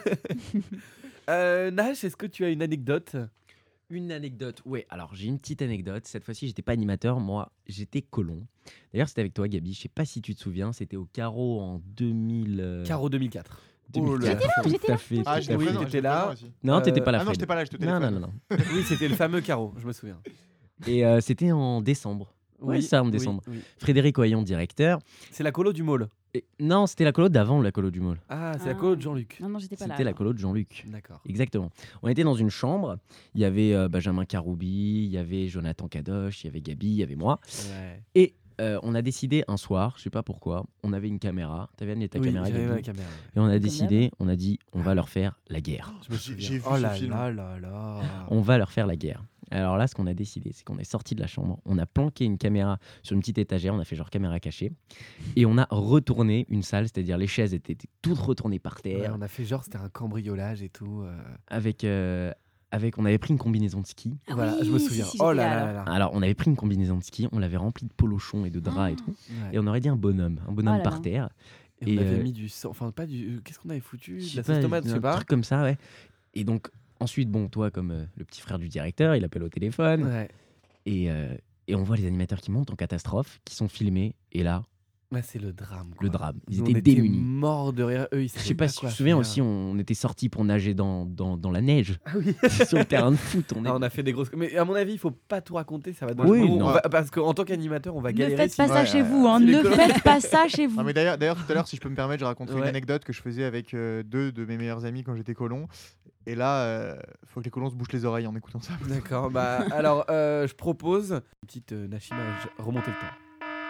traîner. Nash, est-ce que tu as une anecdote? Une anecdote, ouais. Alors j'ai une petite anecdote. Cette fois-ci, j'étais pas animateur, moi, j'étais colon. D'ailleurs, c'était avec toi, Gabi. Je sais pas si tu te souviens. C'était au Carreau en 2000. Carreau 2004. Oh là là. Tout à fait. Ah, tout j'étais à oui, fait. présent, t'étais j'étais là. présent aussi. Non, t'étais pas là. Ah non, Fred. j'étais pas là, j'étais au Non, téléphone. non, non, non. Oui, c'était le fameux carreau, je me souviens. Et c'était en décembre. Oui, ça, en décembre. oui. Frédéric Oyon, directeur. C'est la colo du Môle. Et... Non, c'était la colo d'avant la colo du Môle. Ah, c'est la colo de Jean-Luc. Non, j'étais pas là. C'était la alors. colo de Jean-Luc. D'accord. Exactement. On était dans une chambre. Il y avait Benjamin Caroubi, il y avait Jonathan Kadosh, il y avait Gabi, il y avait moi. Ouais. Et on a décidé un soir, je sais pas pourquoi, on avait une caméra. T'avais amené ta Oui, caméra, j'avais Gabi. ma caméra. Et on a Comme décidé, on a dit, on va leur faire la guerre. Je me J'ai souviens. vu Oh ce là film. là là là. On va leur faire la guerre. Alors là, ce qu'on a décidé, c'est qu'on est sorti de la chambre, on a planqué une caméra sur une petite étagère, on a fait genre caméra cachée, et on a retourné une salle, c'est-à-dire les chaises étaient toutes retournées par Ouais, terre, on a fait genre c'était un cambriolage et tout. avec, on avait pris une combinaison de ski. Ah Voilà, oui, je me si, souviens. si, Oh j'étais là là, là alors. là. Alors, on avait pris une combinaison de ski, on l'avait remplie de polochons et de draps et tout, Ouais. et on aurait dit un bonhomme Oh là par là. terre. Et on et, avait mis du sang, enfin pas du. Qu'est-ce qu'on avait foutu? Je De sais la pas, sauce tomate, je sais un pas. truc comme ça, ouais. Et donc, ensuite, bon, toi, comme le petit frère du directeur, il appelle au téléphone, Ouais. et on voit les animateurs qui montent en catastrophe, qui sont filmés, et là, Ouais, c'est le drame. Quoi. le drame. Ils Nous, étaient on était démunis. morts de rire. Eux, ils Je sais pas si tu te souviens aussi, on était sortis pour nager dans la neige Ah oui. sur le terrain de foot. On est... Ah, on a fait des grosses. Mais à mon avis, il faut pas tout raconter, ça va donner. Oui, on non. va- parce qu'en tant qu'animateur, on va Ne galérer. faites pas si- ça ouais, chez vous, hein. si les Ne colons- faites pas ça chez vous. Non, mais d'ailleurs, tout à l'heure, si je peux me permettre, je raconterai Ouais. une anecdote que je faisais avec deux de mes meilleurs amis quand j'étais colon. Et là, faut que les colons se bouchent les oreilles en écoutant ça. D'accord. Bah alors, je propose une petite Nashima remonter le temps.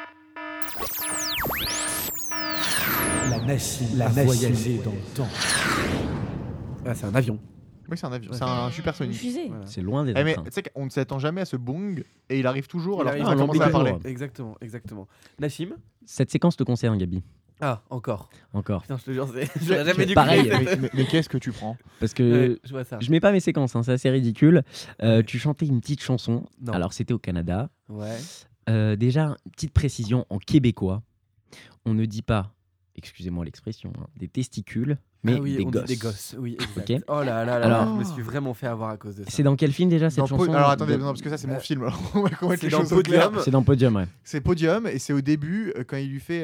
La Nashima a voyagé dans le temps. Ah, c'est un avion. Oui, c'est un avion, Ouais. c'est un Une supersonique. fusée. Voilà. C'est loin des Eh, mais trains. tu sais qu'on ne s'attend jamais à ce bong et il arrive toujours Il alors arrive qu'on va toujours. commencer à Toujours. parler. Exactement, exactement. Nashim. Cette séquence te concerne, Gabi. Ah, encore. Encore. Putain, je te jure, j'aurais jamais dû Pareil. créer cette- Mais qu'est-ce que tu prends? Parce que Ouais, je vois ça. je mets pas mes séquences, hein, c'est assez ridicule. Tu chantais une petite chanson. Non. Alors, c'était au Canada. Ouais. Déjà, une petite précision en québécois. On ne dit pas, excusez-moi l'expression, hein, des testicules, mais Ah oui, des on dit gosses. des gosses. Oui, exact. Ok. Oh là là là. Alors- je me suis vraiment fait avoir à cause de ça. C'est dans quel film déjà cette Dans chanson Alors attendez, De- non, parce que ça c'est mon Euh, film. Alors on va mettre c'est les dans choses au clair. Podium. C'est dans Podium, ouais. C'est Podium et c'est au début quand il lui fait,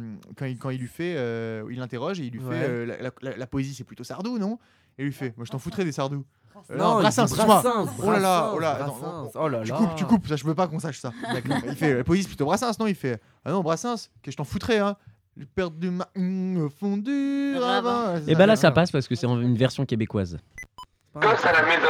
il l'interroge et il lui Ouais. fait la poésie, c'est plutôt Sardou, non? Et il lui fait, moi je t'en foutrais des Sardou. Non, Brassens, il dit excuse-moi. Brassens, Oh là là, Brassens, oh là, Brassens. attends, Oh là Tu là. coupes, ça je veux pas qu'on sache ça. Il fait la poésie c'est plutôt Brassens, non? Il fait, ah non Brassens, que je t'en foutrais hein. Le père du au fond du ravin. Et bah là, ça passe parce que c'est une version québécoise. Gosse à la maison.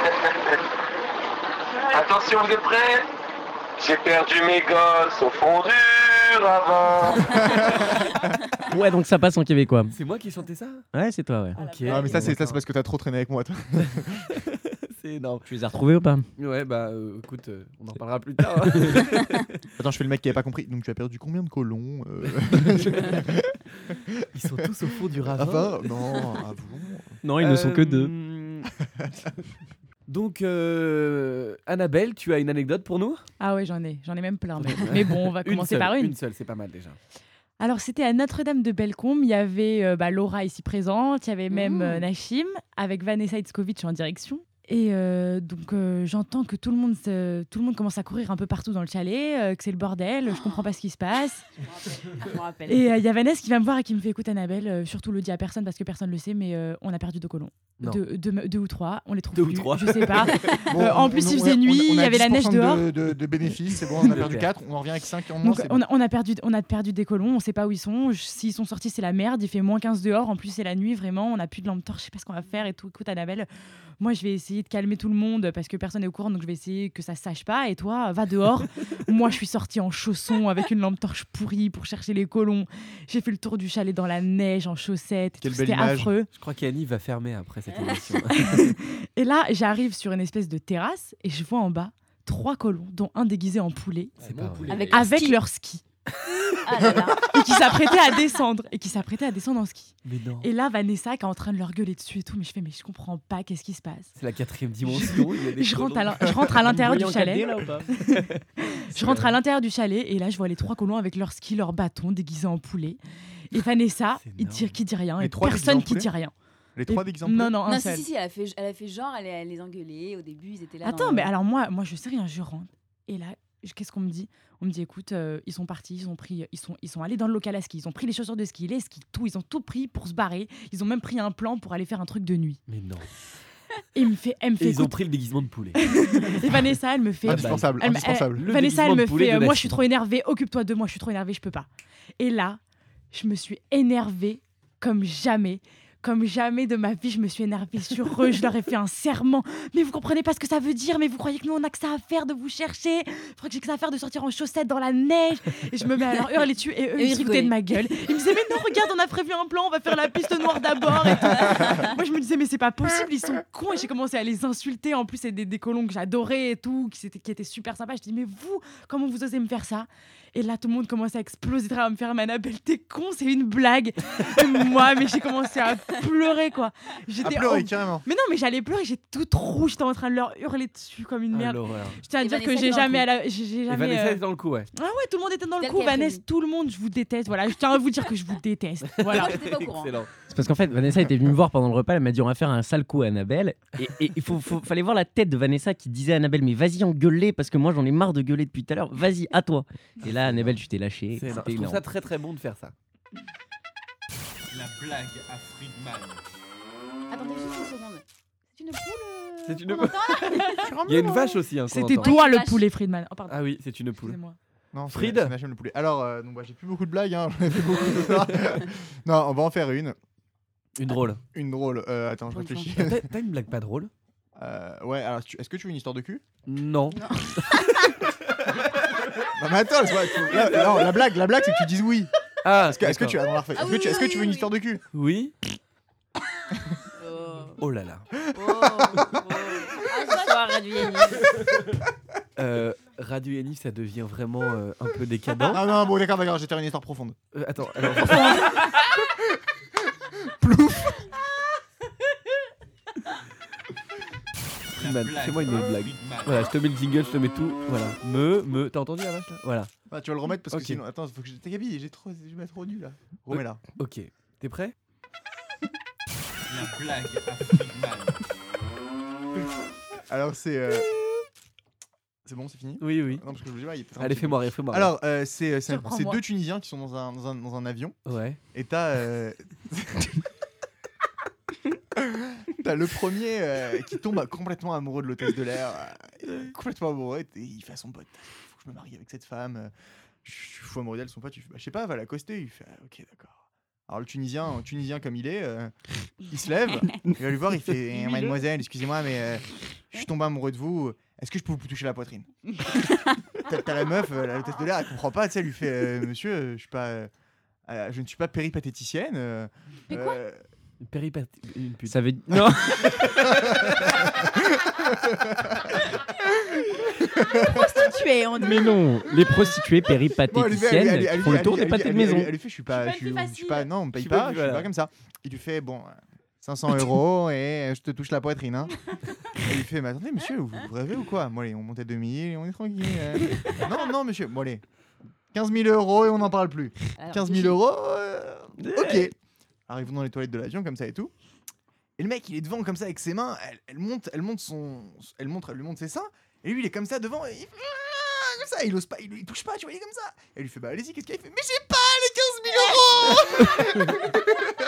Attention, vous êtes prêts? J'ai perdu mes gosses au fond du ravin. Ouais, donc ça passe en québécois. C'est moi qui chantais ça? Ouais, c'est toi, ouais. Ok. Ah mais ça c'est d'accord. parce que t'as trop traîné avec moi. Toi. C'est énorme. Tu les as retrouvés ou pas? Ouais, bah écoute, on en reparlera plus tard. Attends, je fais le mec qui avait pas compris. Donc tu as perdu combien de colons Ils sont tous au fond du ravin. Enfin, non, avouons. Non, ils ne sont que deux. Donc, Annabelle, tu as une anecdote pour nous? Ah ouais, j'en ai même plein. Mais bon, on va commencer par une. Une seule, c'est pas mal déjà. Alors, c'était à Notre-Dame-de-Bellecombe. Il y avait Laura ici présente, il y avait même Nachim, avec Vanessa Itzkovitch en direction. Et donc, j'entends que tout le monde commence à courir un peu partout dans le chalet, que c'est le bordel, je comprends pas ce qui se passe. Je me rappelle. Et il y a Vanessa qui va me voir et qui me fait écoute, Annabelle, surtout le dis à personne parce que personne le sait, mais on a perdu 2 colons. Non. Deux ou trois, on les trouve 2 ou plus, 3. je sais pas. Bon, En plus, il faisait nuit, il y avait la neige 10% dehors. de bénéfices, c'est bon, on a perdu 4, on en revient avec 5 en moins. Donc on a perdu des colons, on sait pas où ils sont. S'ils sont sortis, c'est la merde. Il fait moins 15 dehors. En plus, c'est la nuit, vraiment. On a plus de lampe torche. Je sais pas ce qu'on va faire et tout. Écoute, Annabelle, moi, je vais essayer de calmer tout le monde parce que personne n'est au courant. Donc, je vais essayer que ça se sache pas. Et toi, va dehors. Moi, je suis sortie en chaussons avec une lampe torche pourrie pour chercher les colons. J'ai fait le tour du chalet dans la neige, en chaussettes. Quelle Tout, belle c'était image. affreux. Je crois qu'Annie va fermer après cette émission. Et là, j'arrive sur une espèce de terrasse et je vois en bas 3 colons, dont un déguisé en poulet, C'est pas vrai. avec leur ski. Ah là là. Et qui s'apprêtait à descendre en ski. Mais non. Et là, Vanessa qui est en train de leur gueuler dessus et tout, mais je fais, mais je comprends pas, qu'est-ce qui se passe? C'est la 4e dimension. il y a des Je rentre colons. je rentre à l'intérieur du Vous voyez en 4D, chalet. là, ou pas Je rentre à l'intérieur du chalet et là, je vois les 3 colons avec leur ski, leur bâton déguisés en poulet. Et Vanessa, C'est énorme. qui dit rien. Les Et 3 personne déguisés en qui dit rien. Les 3 d'exemple. Non, un Non, seul. si, elle a fait genre, elle les engueulait. Au début, ils étaient là. Attends, mais alors moi, je sais rien, je rentre. Et là, qu'est-ce qu'on me dit? On me dit, écoute, ils sont partis, ils sont allés dans le local à ski, ils ont pris les chaussures de ski, les skis, tout, ils ont tout pris pour se barrer. Ils ont même pris un plan pour aller faire un truc de nuit. Mais non. Et elle me fait Et ils ont écoute. pris le déguisement de poulet. Et Vanessa, elle me fait. Indispensable, Elle- indispensable. Le Vanessa, elle déguisement me de poulet fait de moi, Nachim. je suis trop énervée, occupe-toi de moi, je suis trop énervée, je peux pas. Et là, je me suis énervée comme jamais. Comme jamais de ma vie, je me suis énervée sur eux. Je leur ai fait un serment. Mais vous comprenez pas ce que ça veut dire. Mais vous croyez que nous, on a que ça à faire de vous chercher. Je crois que j'ai que ça à faire de sortir en chaussettes dans la neige. Et je me mets à leur hurler dessus. Et eux, Et ils ils se foutaient de ma gueule. Ils me disaient, mais non, regarde, on a prévu un plan. On va faire la piste noire d'abord. Et tout. Moi, je me disais, mais c'est pas possible. Ils sont cons. Et j'ai commencé à les insulter. En plus, c'est des colons que j'adorais et tout, qui étaient super sympas. Je dis, mais vous, comment vous osez me faire ça? Et là, tout le monde commence à exploser, à me faire, mais Annabelle, t'es con, c'est une blague. Et moi, mais j'ai commencé à pleurer, quoi. À J'étais pleurer, en- carrément. Mais non, mais j'allais pleurer, j'étais toute rouge, j'étais en train de leur hurler dessus comme une Ah, merde. l'horreur. Je tiens à Et dire que Vanessa j'ai était dans le jamais, coup. j'ai Et jamais. Vanessa est dans le coup, ouais. Ah ouais, tout le monde était dans le Celle coup. qui a Vanessa, prévenu. tout le monde, je vous déteste. Voilà, je tiens à vous dire que je vous déteste. Voilà. Moi, j'étais pas au courant. Excellent. C'est parce qu'en fait, Vanessa était venue me voir pendant le repas. Elle m'a dit on va faire un sale coup à Annabelle. Et il fallait voir la tête de Vanessa qui disait à Annabelle mais vas-y, engueule-les parce que moi j'en ai marre de gueuler depuis tout à l'heure. Vas-y, à toi. Et là, Annabelle, tu t'es lâchée. C'est énorme. C'était Je trouve énorme. ça très très bon de faire ça. La blague à Friedman. Attendez juste une seconde. C'est une poule C'est une qu'on poule. entend, là Il y a une vache aussi. Hein, qu'on C'était entend. toi Ouais, le vache. poulet, Friedman. Oh, pardon. Ah oui, c'est une poule. Excusez-moi. Non, Fried c'est Nachem le poulet. Alors, donc, j'ai plus beaucoup de blagues. Hein. J'en ai fait beaucoup ce soir. Non, on va en faire une. Une drôle. Une drôle. Attends, je Pour une réfléchis. T'as une blague pas drôle? Ouais, alors, est-ce que tu veux une histoire de cul? Non. Non, mais attends, non, la blague, c'est que tu dises oui. Ah, Est-ce que tu as dans la refait. Ah Est-ce oui, que oui, tu veux oui, une oui. histoire de cul? Oui. Oh. Oh là là. Bonsoir, Radio Yannick. Radio Yannick, ça devient vraiment un peu décadent. Non, bon, d'accord, j'ai terminé une histoire profonde. Attends, alors. Plouf. Friedman, fais-moi une autre blague. Voilà, je te mets le jingle, je te mets tout. Voilà. T'as entendu la vache là? Voilà. Ah, tu vas le remettre parce que Ok. sinon. Attends, faut que t'es Gabi, je vais être trop nul là. Remets-la. Ok. T'es prêt? La blague à Friedman. Alors, c'est. C'est bon, c'est fini? Oui, oui. Non, parce que je vous dis, ouais, il était Allez, fais-moi rire, fais-moi rire. Alors, c'est Surprends-moi. 2 Tunisiens qui sont dans un avion. Ouais. Et t'as. T'as le premier qui tombe complètement amoureux de l'hôtesse de l'air. Complètement amoureux. Et il fait à son pote, faut que je me marie avec cette femme. Je suis fou amoureux d'elle. Son pote, il fait, bah, je sais pas, va l'accoster. Il fait, ok, d'accord. Alors le Tunisien comme il est, il se lève, il va lui voir, il fait, mademoiselle, excusez-moi, mais je suis tombé amoureux de vous. Est-ce que je peux vous toucher la poitrine? T'as la meuf, la hôtesse de l'air, elle comprend pas, tu sais, elle lui fait, monsieur, je ne suis pas péripatéticienne. Mais quoi Une pute. Ça veut non. Prostituée, on dit. Mais non, les prostituées Bon, elle lui fait- péripatéticiennes elle lui- font le elle tour lui- des elle pâtés de lui- maison. Elle lui fait, je suis pas, pas je plus suis facile. pas, non, on me paye Je suis pas, pas- je suis voilà. pas comme ça. Il lui fait, bon, 500 € et je te touche la poitrine. Hein. Il lui fait, mais attendez, monsieur, vous rêvez ou quoi? Bon, allez, on monte à 2000 et on est tranquille. Non, monsieur, bon, allez, 15 000 € et on n'en parle plus. Alors, 15 000 €, ok. Arrivons dans les toilettes de l'avion, comme ça et tout. Et le mec, il est devant comme ça avec ses mains, elle lui montre ses seins, et lui, il est comme ça devant, et il fait, comme ça, il ose pas, il touche pas, tu vois, il est comme ça. Elle lui fait, bah allez-y, qu'est-ce qu'il fait? Mais j'ai pas les 15 000 €.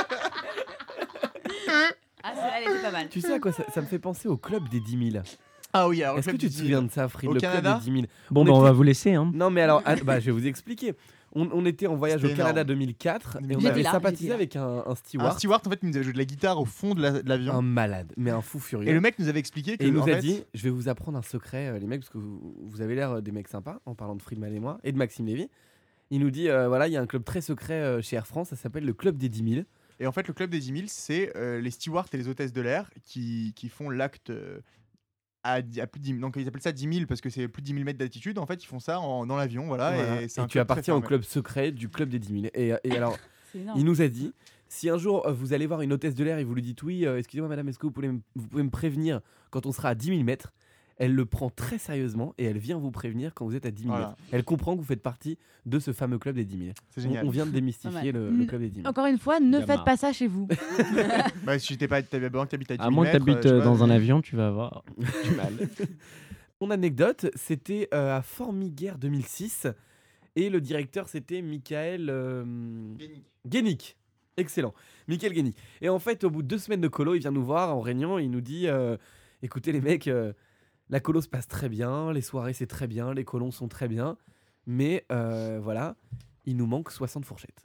Ah, celle-là, elle était pas mal. Tu sais à quoi ça me fait penser au club des 10 000. Ah oui, alors Est-ce que tu te souviens de ça, Frid? Au Le club Canada des 10 000. Bon, On bah, on était- va vous laisser. Hein. Non, mais alors, je vais vous expliquer. On était en voyage au C'était Canada énorme. 2004 et on J'étais avait là, sympathisé j'étais là. avec un Un steward, steward, en fait, il nous avait joué de la guitare au fond de l'avion. un malade, mais un fou furieux. Et le mec nous avait expliqué que Et il nous en a fait, dit, je vais vous apprendre un secret, les mecs, parce que vous avez l'air des mecs sympas, en parlant de Friedman et moi, et de Maxime Lévy. Il nous dit, voilà, il y a un club très secret chez Air France, ça s'appelle le club des 10 000. Et en fait, le club des 10 000, c'est les stewards et les hôtesses de l'air qui font l'acte à plus de 10 000. Donc, ils appellent ça 10 000 parce que c'est plus de 10 000 mètres d'altitude. En fait, ils font ça dans l'avion. Voilà, Voilà. Et, c'est Et un tu club très appartiens au fermé. club secret du club des 10 000. Et alors, C'est énorme. il nous a dit, si un jour vous allez voir une hôtesse de l'air et vous lui dites, oui, excusez-moi madame, est-ce que vous pouvez me prévenir quand on sera à 10 000 mètres? Elle le prend très sérieusement et elle vient vous prévenir quand vous êtes à 10 000 Voilà. mètres. Elle comprend que vous faites partie de ce fameux club des 10 000. C'est génial. On vient de démystifier le club des 10 000. Encore une fois, ne Gamma. faites pas ça chez vous. Bah, si t'avais besoin que t'habites à 10 À 000 moins que mètres, t'habites tu vois, dans un avion, tu vas avoir du mal. Mon anecdote, c'était à Formiguère 2006 et le directeur c'était Michael Guénic. Excellent, Michael Guénic. Et en fait, au bout de 2 semaines de colo, il vient nous voir en réunion, il nous dit écoutez les mecs, la colo se passe très bien, les soirées c'est très bien, les colons sont très bien, mais voilà, il nous manque 60 fourchettes.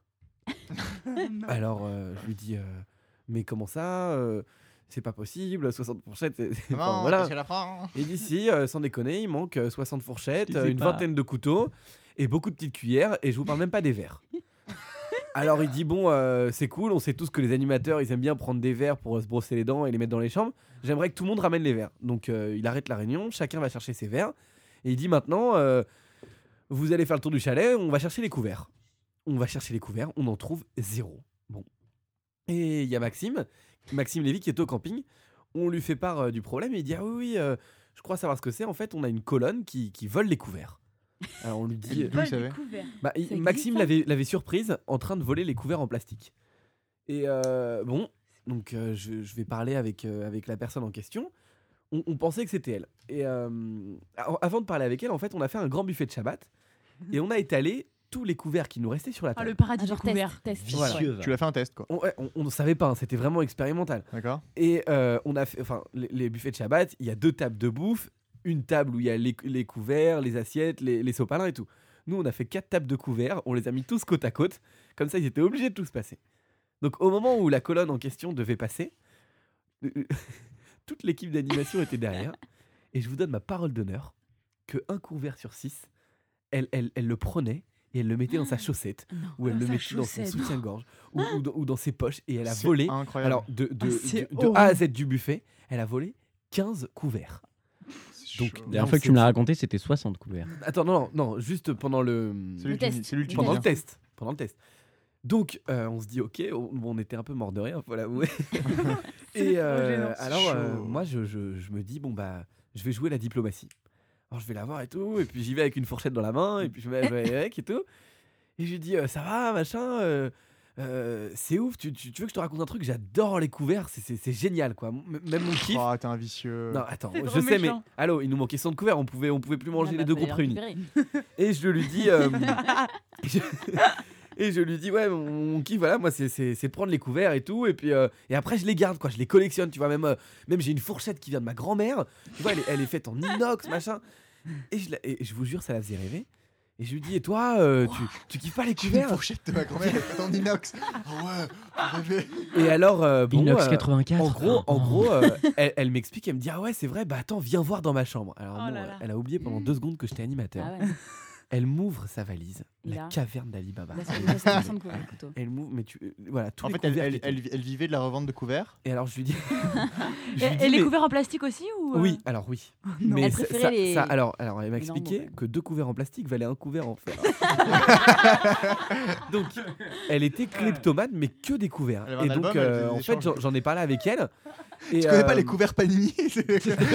Alors je lui dis mais comment ça c'est pas possible, 60 fourchettes. Non, Enfin, voilà. parce qu'à la fin, hein. Et d'ici, sans déconner, il manque 60 fourchettes, Je sais une pas. vingtaine de couteaux et beaucoup de petites cuillères. Et je vous parle même pas des verres. Alors il dit bon, c'est cool, on sait tous que les animateurs ils aiment bien prendre des verres pour se brosser les dents et les mettre dans les chambres. J'aimerais que tout le monde ramène les verres. Donc il arrête la réunion, chacun va chercher ses verres. Et il dit maintenant, vous allez faire le tour du chalet, on va chercher les couverts. On va chercher les couverts, on en trouve 0. Bon. Et il y a Maxime Lévy qui est au camping. On lui fait part du problème et il dit ah oui, je crois savoir ce que c'est. En fait, on a une colonne qui vole les couverts. Alors on lui dit. D'où il savait Maxime l'avait surprise en train de voler les couverts en plastique. Et bon, donc je vais parler avec la personne en question. On pensait que c'était elle. Et avant de parler avec elle, en fait, on a fait un grand buffet de Shabbat et on a étalé tous les couverts qui nous restaient sur la Ah, table. le paradis Ah, du genre couvert. test. Voilà. Tu l'as fait un test, quoi. On ne savait pas, hein, c'était vraiment expérimental. D'accord. Et on a fait, enfin, les buffets de Shabbat, il y a 2 tables de bouffe, une table où il y a les couverts, les assiettes, les sopalins et tout. Nous, on a fait 4 tables de couverts, on les a mis tous côte à côte, comme ça ils étaient obligés de tous passer. Donc au moment où la colonne en question devait passer, toute l'équipe d'animation était derrière, et je vous donne ma parole d'honneur que un couvert sur 6, elle le prenait et elle le mettait dans sa chaussette, Non. ou elle Dans le sa mettait dans son chaussette. soutien-gorge, ou dans ses poches, et elle a C'est volé. incroyable. Alors, de c'est A à horrible. Z du buffet, elle a volé 15 couverts. Donc, La Non, dernière fois que c'est- tu me l'as raconté, c'était 60 couverts. Attends, non, juste pendant le Celui test. du- c'est lui le pendant le Tunisien. test. Pendant le test. Donc, on se dit, ok, on était un peu mort de rire, faut l'avouer. Et gênant. alors, Chaud. moi, je me dis, bon, bah, je vais jouer la diplomatie. Alors, je vais la voir et tout, et puis j'y vais avec une fourchette dans la main, et puis je vais avec et tout. Et je lui dis, ça va, machin, c'est ouf, tu veux que je te raconte un truc? J'adore les couverts, c'est génial, quoi. Même mon kiff. Oh, t'es un vicieux. Non, attends, C'est je trop sais, méchant. mais allô, il nous manquait 100 de couverts, on pouvait plus manger Ah, les bah, deux fallait groupes les réunis. récupérer. Et je lui dis, et je lui dis, ouais, mon kiff, voilà, moi, c'est de prendre les couverts et tout, et puis et après je les garde, quoi, je les collectionne, tu vois, même j'ai une fourchette qui vient de ma grand-mère, tu vois, elle est faite en inox, machin, et je vous jure, ça la faisait rêver. Et je lui dis, et toi, tu kiffes pas les J'ai une couverts? fourchette de ma grand-mère, elle est faite en inox. Oh ouais, faut rêver. Et alors, bon, Inox 84. en gros, elle m'explique, elle me dit, ah ouais, c'est vrai, bah attends, viens voir dans ma chambre. Alors Oh bon, là là. elle a oublié pendant 2 secondes que j'étais animateur. Ah ouais. Elle m'ouvre sa valise, Et la là caverne d'Ali Baba. Là, c'est une station de couverts, plutôt. Elle m'ouvre, mais voilà, tous En les fait, couverts qui elle vivait de la revente de couverts. Et alors je lui dis. Et les couverts en plastique aussi ou Oui, alors oui. non. Elle ça- préférait ça- les- ça- alors, elle m'a les expliqué normaux, que 2 couverts en plastique valaient un couvert en fer. Donc, elle était kleptomane, mais que des couverts. Elle avait un Et donc, album, elle faisait des en fait, échanges. j'en ai parlé avec elle. Et, Tu connais pas les couverts Panini? C'est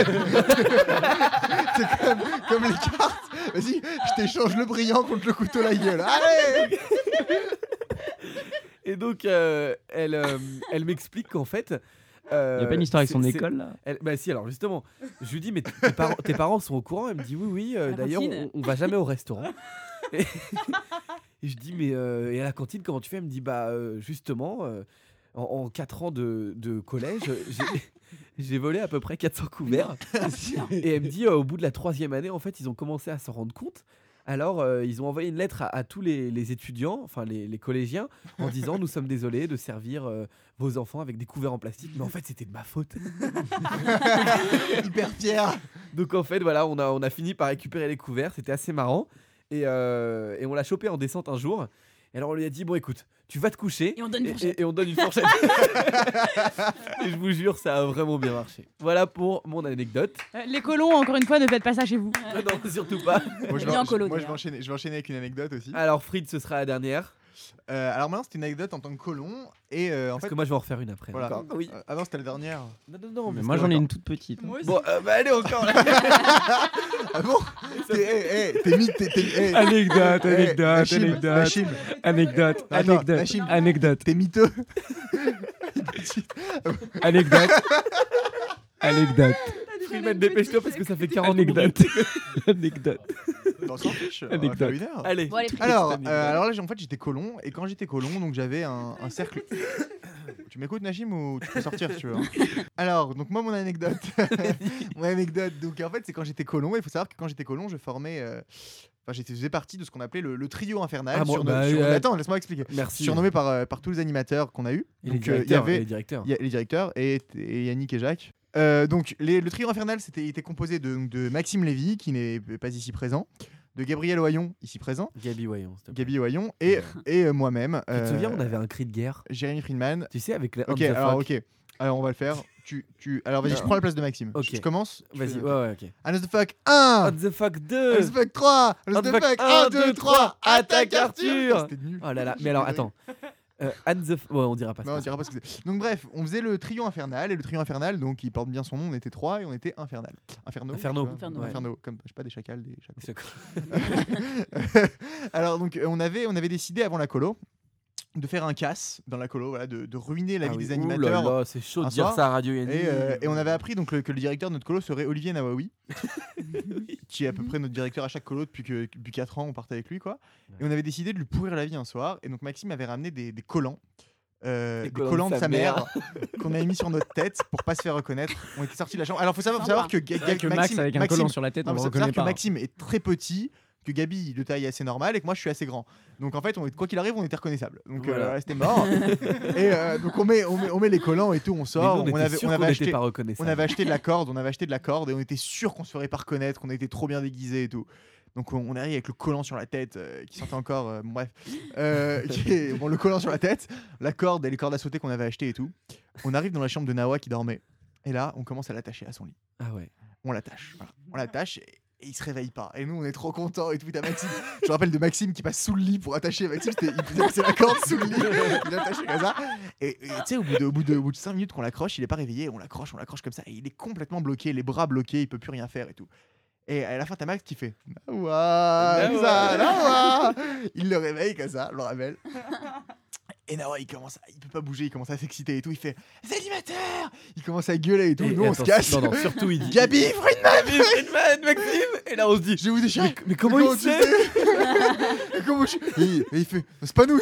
comme les cartes. Vas-y, je t'échange le brillant contre le couteau la gueule. Allez. Et donc, elle m'explique qu'en fait. Il n'y a pas une histoire avec son c'est- école là Bah si, alors justement, je lui dis mais tes parents sont au courant. Elle me dit oui, la d'ailleurs cantine. on va jamais au restaurant. Et, et je dis mais et à la cantine comment tu fais? Elle me dit bah justement en 4 ans de collège j'ai volé à peu près 400 couverts. Et elle me dit au bout de la 3e année en fait ils ont commencé à s'en rendre compte. Alors, ils ont envoyé une lettre à tous les étudiants, enfin les collégiens, en disant nous sommes désolés de servir vos enfants avec des couverts en plastique, mais en fait c'était de ma faute. Hyper fier. Donc en fait voilà, on a fini par récupérer les couverts, c'était assez marrant, et on l'a chopé en descente un jour. Et alors on lui a dit bon écoute, tu vas te coucher Et on donne une fourchette. et on donne une fourchette. Et je vous jure, ça a vraiment bien marché. Voilà pour mon anecdote. Les colons, encore une fois, ne faites pas ça chez vous. Non, surtout pas. Moi, je Bien en colo, vais d'ailleurs. enchaîner avec une anecdote aussi. Alors Fried, ce sera la dernière, Alors maintenant, c'était une anecdote en tant que colon. Et en parce fait, que moi je vais en refaire une après. voilà. d'accord. Oui. Ah non, c'était la dernière. Non, Mais moi j'en ai une toute petite. Bon, bah allez encore là. Ah bon? T'es mis. Anecdote, Nachim, anecdote, Attends, Nachim. anecdote, T'es miteux. anecdote, anecdote, Friedman, dépêche-toi parce que ça fait 40 minutes. anecdote. On s'en fiche. On va Anecdote. faire une heure. Allez. Bon, allez, Alors là, en fait, j'étais colon. Et quand j'étais colon, donc j'avais un cercle. Tu m'écoutes, Nachim, ou tu peux sortir si tu veux, hein. Alors, donc moi, mon anecdote. Donc en fait, c'est quand j'étais colon. Il faut savoir que quand j'étais colon, je formais. Enfin, je faisais partie de ce qu'on appelait le trio infernal. Ah, bon, bah, Attends, laisse-moi expliquer. Merci. Surnommé par tous les animateurs qu'on a eu. Et les Donc, il y directeurs. avait et les directeurs. il y a les directeurs et Yannick et Jacques. Donc le trio infernal était composé de Maxime Lévy qui n'est pas ici présent, de Gabriel Oyon ici présent, Gabi Wayon, s'il te plaît. Gabi Oyon et moi-même. Tu te souviens, on avait un cri de guerre. Jérémy Friedman. Tu sais, avec le Ok, alors on va le faire. Alors vas-y, je prends la place de Maxime. Ok. Je commence. Vas-y, ouais, ok. What the fuck 1, What the fuck What 2. the fuck 3, What the fuck 1, 2, 3, attaque Arthur. C'était nul. Oh là là, mais alors attends. Anne the. Ouais, on dira pas Non, on ça. dira pas ce que c'est. Donc bref, on faisait le trio infernal et le trio infernal, donc il porte bien son nom. On était 3 et on était infernal. Inferno. Inferno. tu vois. Inferno, ouais. Inferno, comme je sais pas des chacals, des chacals. C'est- Alors donc on avait décidé avant la colo de faire un casse dans la colo, voilà, de ruiner la Ah vie oui. des Ouh là animateurs. là, c'est chaud de un dire soir. ça à Radio Yannick. Et on avait appris donc que le directeur de notre colo serait Olivier Nawawi, qui est à peu près notre directeur à chaque colo depuis 4 ans, on partait avec lui quoi. Et on avait décidé de lui pourrir la vie un soir. Et donc Maxime avait ramené des collants. Des collants de sa mère qu'on avait mis sur notre tête pour pas se faire reconnaître. On était sortis de la chambre. Alors faut savoir que, Que Max avec un collant sur la tête, non, on mais le faut savoir reconnaît que pas. Maxime est très petit, que Gabi de taille assez normale et que moi je suis assez grand. Donc en fait, quoi qu'il arrive, on était reconnaissable. Donc Voilà. c'était mort. Et donc on met les collants et tout, on sort. on était sûr qu'on n'était pas reconnaissable. On avait acheté de la corde et on était sûr qu'on se ferait pas reconnaître, qu'on était trop bien déguisés et tout. Donc on arrive avec le collant sur la tête qui sentait encore, bon, bref, le collant sur la tête, la corde et les cordes à sauter qu'on avait achetées et tout. On arrive dans la chambre de Nawa qui dormait et là on commence à l'attacher à son lit. Ah ouais. On l'attache, voilà. On l'attache et il se réveille pas. Et nous on est trop contents et tout. T'as Maxime, je me rappelle de Maxime qui passe sous le lit pour attacher. Maxime, il faisait passer la corde sous le lit, il l'attachait comme ça. Et tu sais, au bout de 5 minutes qu'on l'accroche, il est pas réveillé. On l'accroche comme ça et il est complètement bloqué, les bras bloqués, il peut plus rien faire et tout. Et à la fin, t'as Max qui fait Nawa, comme ça, Nawa. Il le réveille comme ça, je le rappelle. Et Nawa, il peut pas bouger, il commence à s'exciter et tout. Il fait les animateurs. Il commence à gueuler et tout. Nous, on se casse. Non, surtout il dit Gabi, Friedman, Maxime. Et là on se dit je vais vous déchirer. mais comment il sait? Comment et il fait c'est pas nous.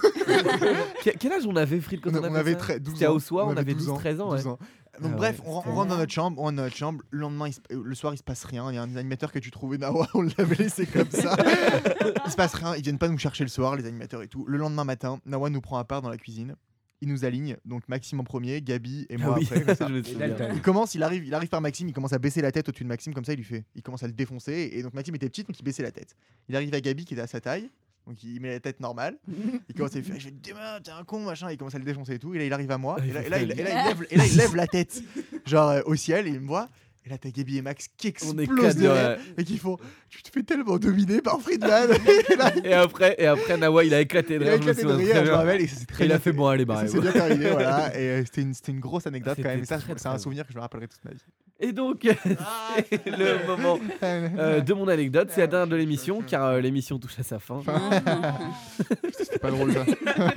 Quel âge on avait, Fried, quand on On avait avait 12 C'était ans. au soir, on avait 12 12-13 ans. 12 ouais. ans. Donc Ah bref, ouais, on rentre dans notre chambre, Le lendemain, le soir, il se passe rien. Il y a un animateur que tu trouvais, Nawa, on l'avait laissé comme ça. Il se passe rien, ils viennent pas nous chercher le soir, les animateurs et tout. Le lendemain matin, Nawa nous prend à part dans la cuisine. il nous aligne, donc Maxime en premier, Gabi et Ah moi oui, après. comme ça. je me souviens. Il arrive par Maxime, il commence à baisser la tête au-dessus de Maxime, comme ça il commence à le défoncer, et donc Maxime était petit, donc il baissait la tête. Il arrive à Gabi qui était à sa taille, donc il met la tête normale, il commence à lui faire je vais te démarrer, t'es un con machin, il commence à le défoncer et tout, et là il arrive à moi, et là il lève la tête, genre au ciel, et il me voit. Et là, t'as Gabi et Max qui explosent de rire et qui font tu te fais tellement dominer par Friedman. Et après, Nawa, il a éclaté de Il a rire. Je me éclaté de souviens rire, très je me bien. rappelle, et c'est très Et il a bien fait bon, allez, Ça barrez-vous. s'est bien terminé, voilà. Et c'était une grosse anecdote quand même. Et ça, C'était c'est très un bon. souvenir que je me rappellerai toute ma vie. Et donc, c'est le moment de mon anecdote. C'est la dernière de l'émission, car l'émission touche à sa fin. C'était pas drôle ça.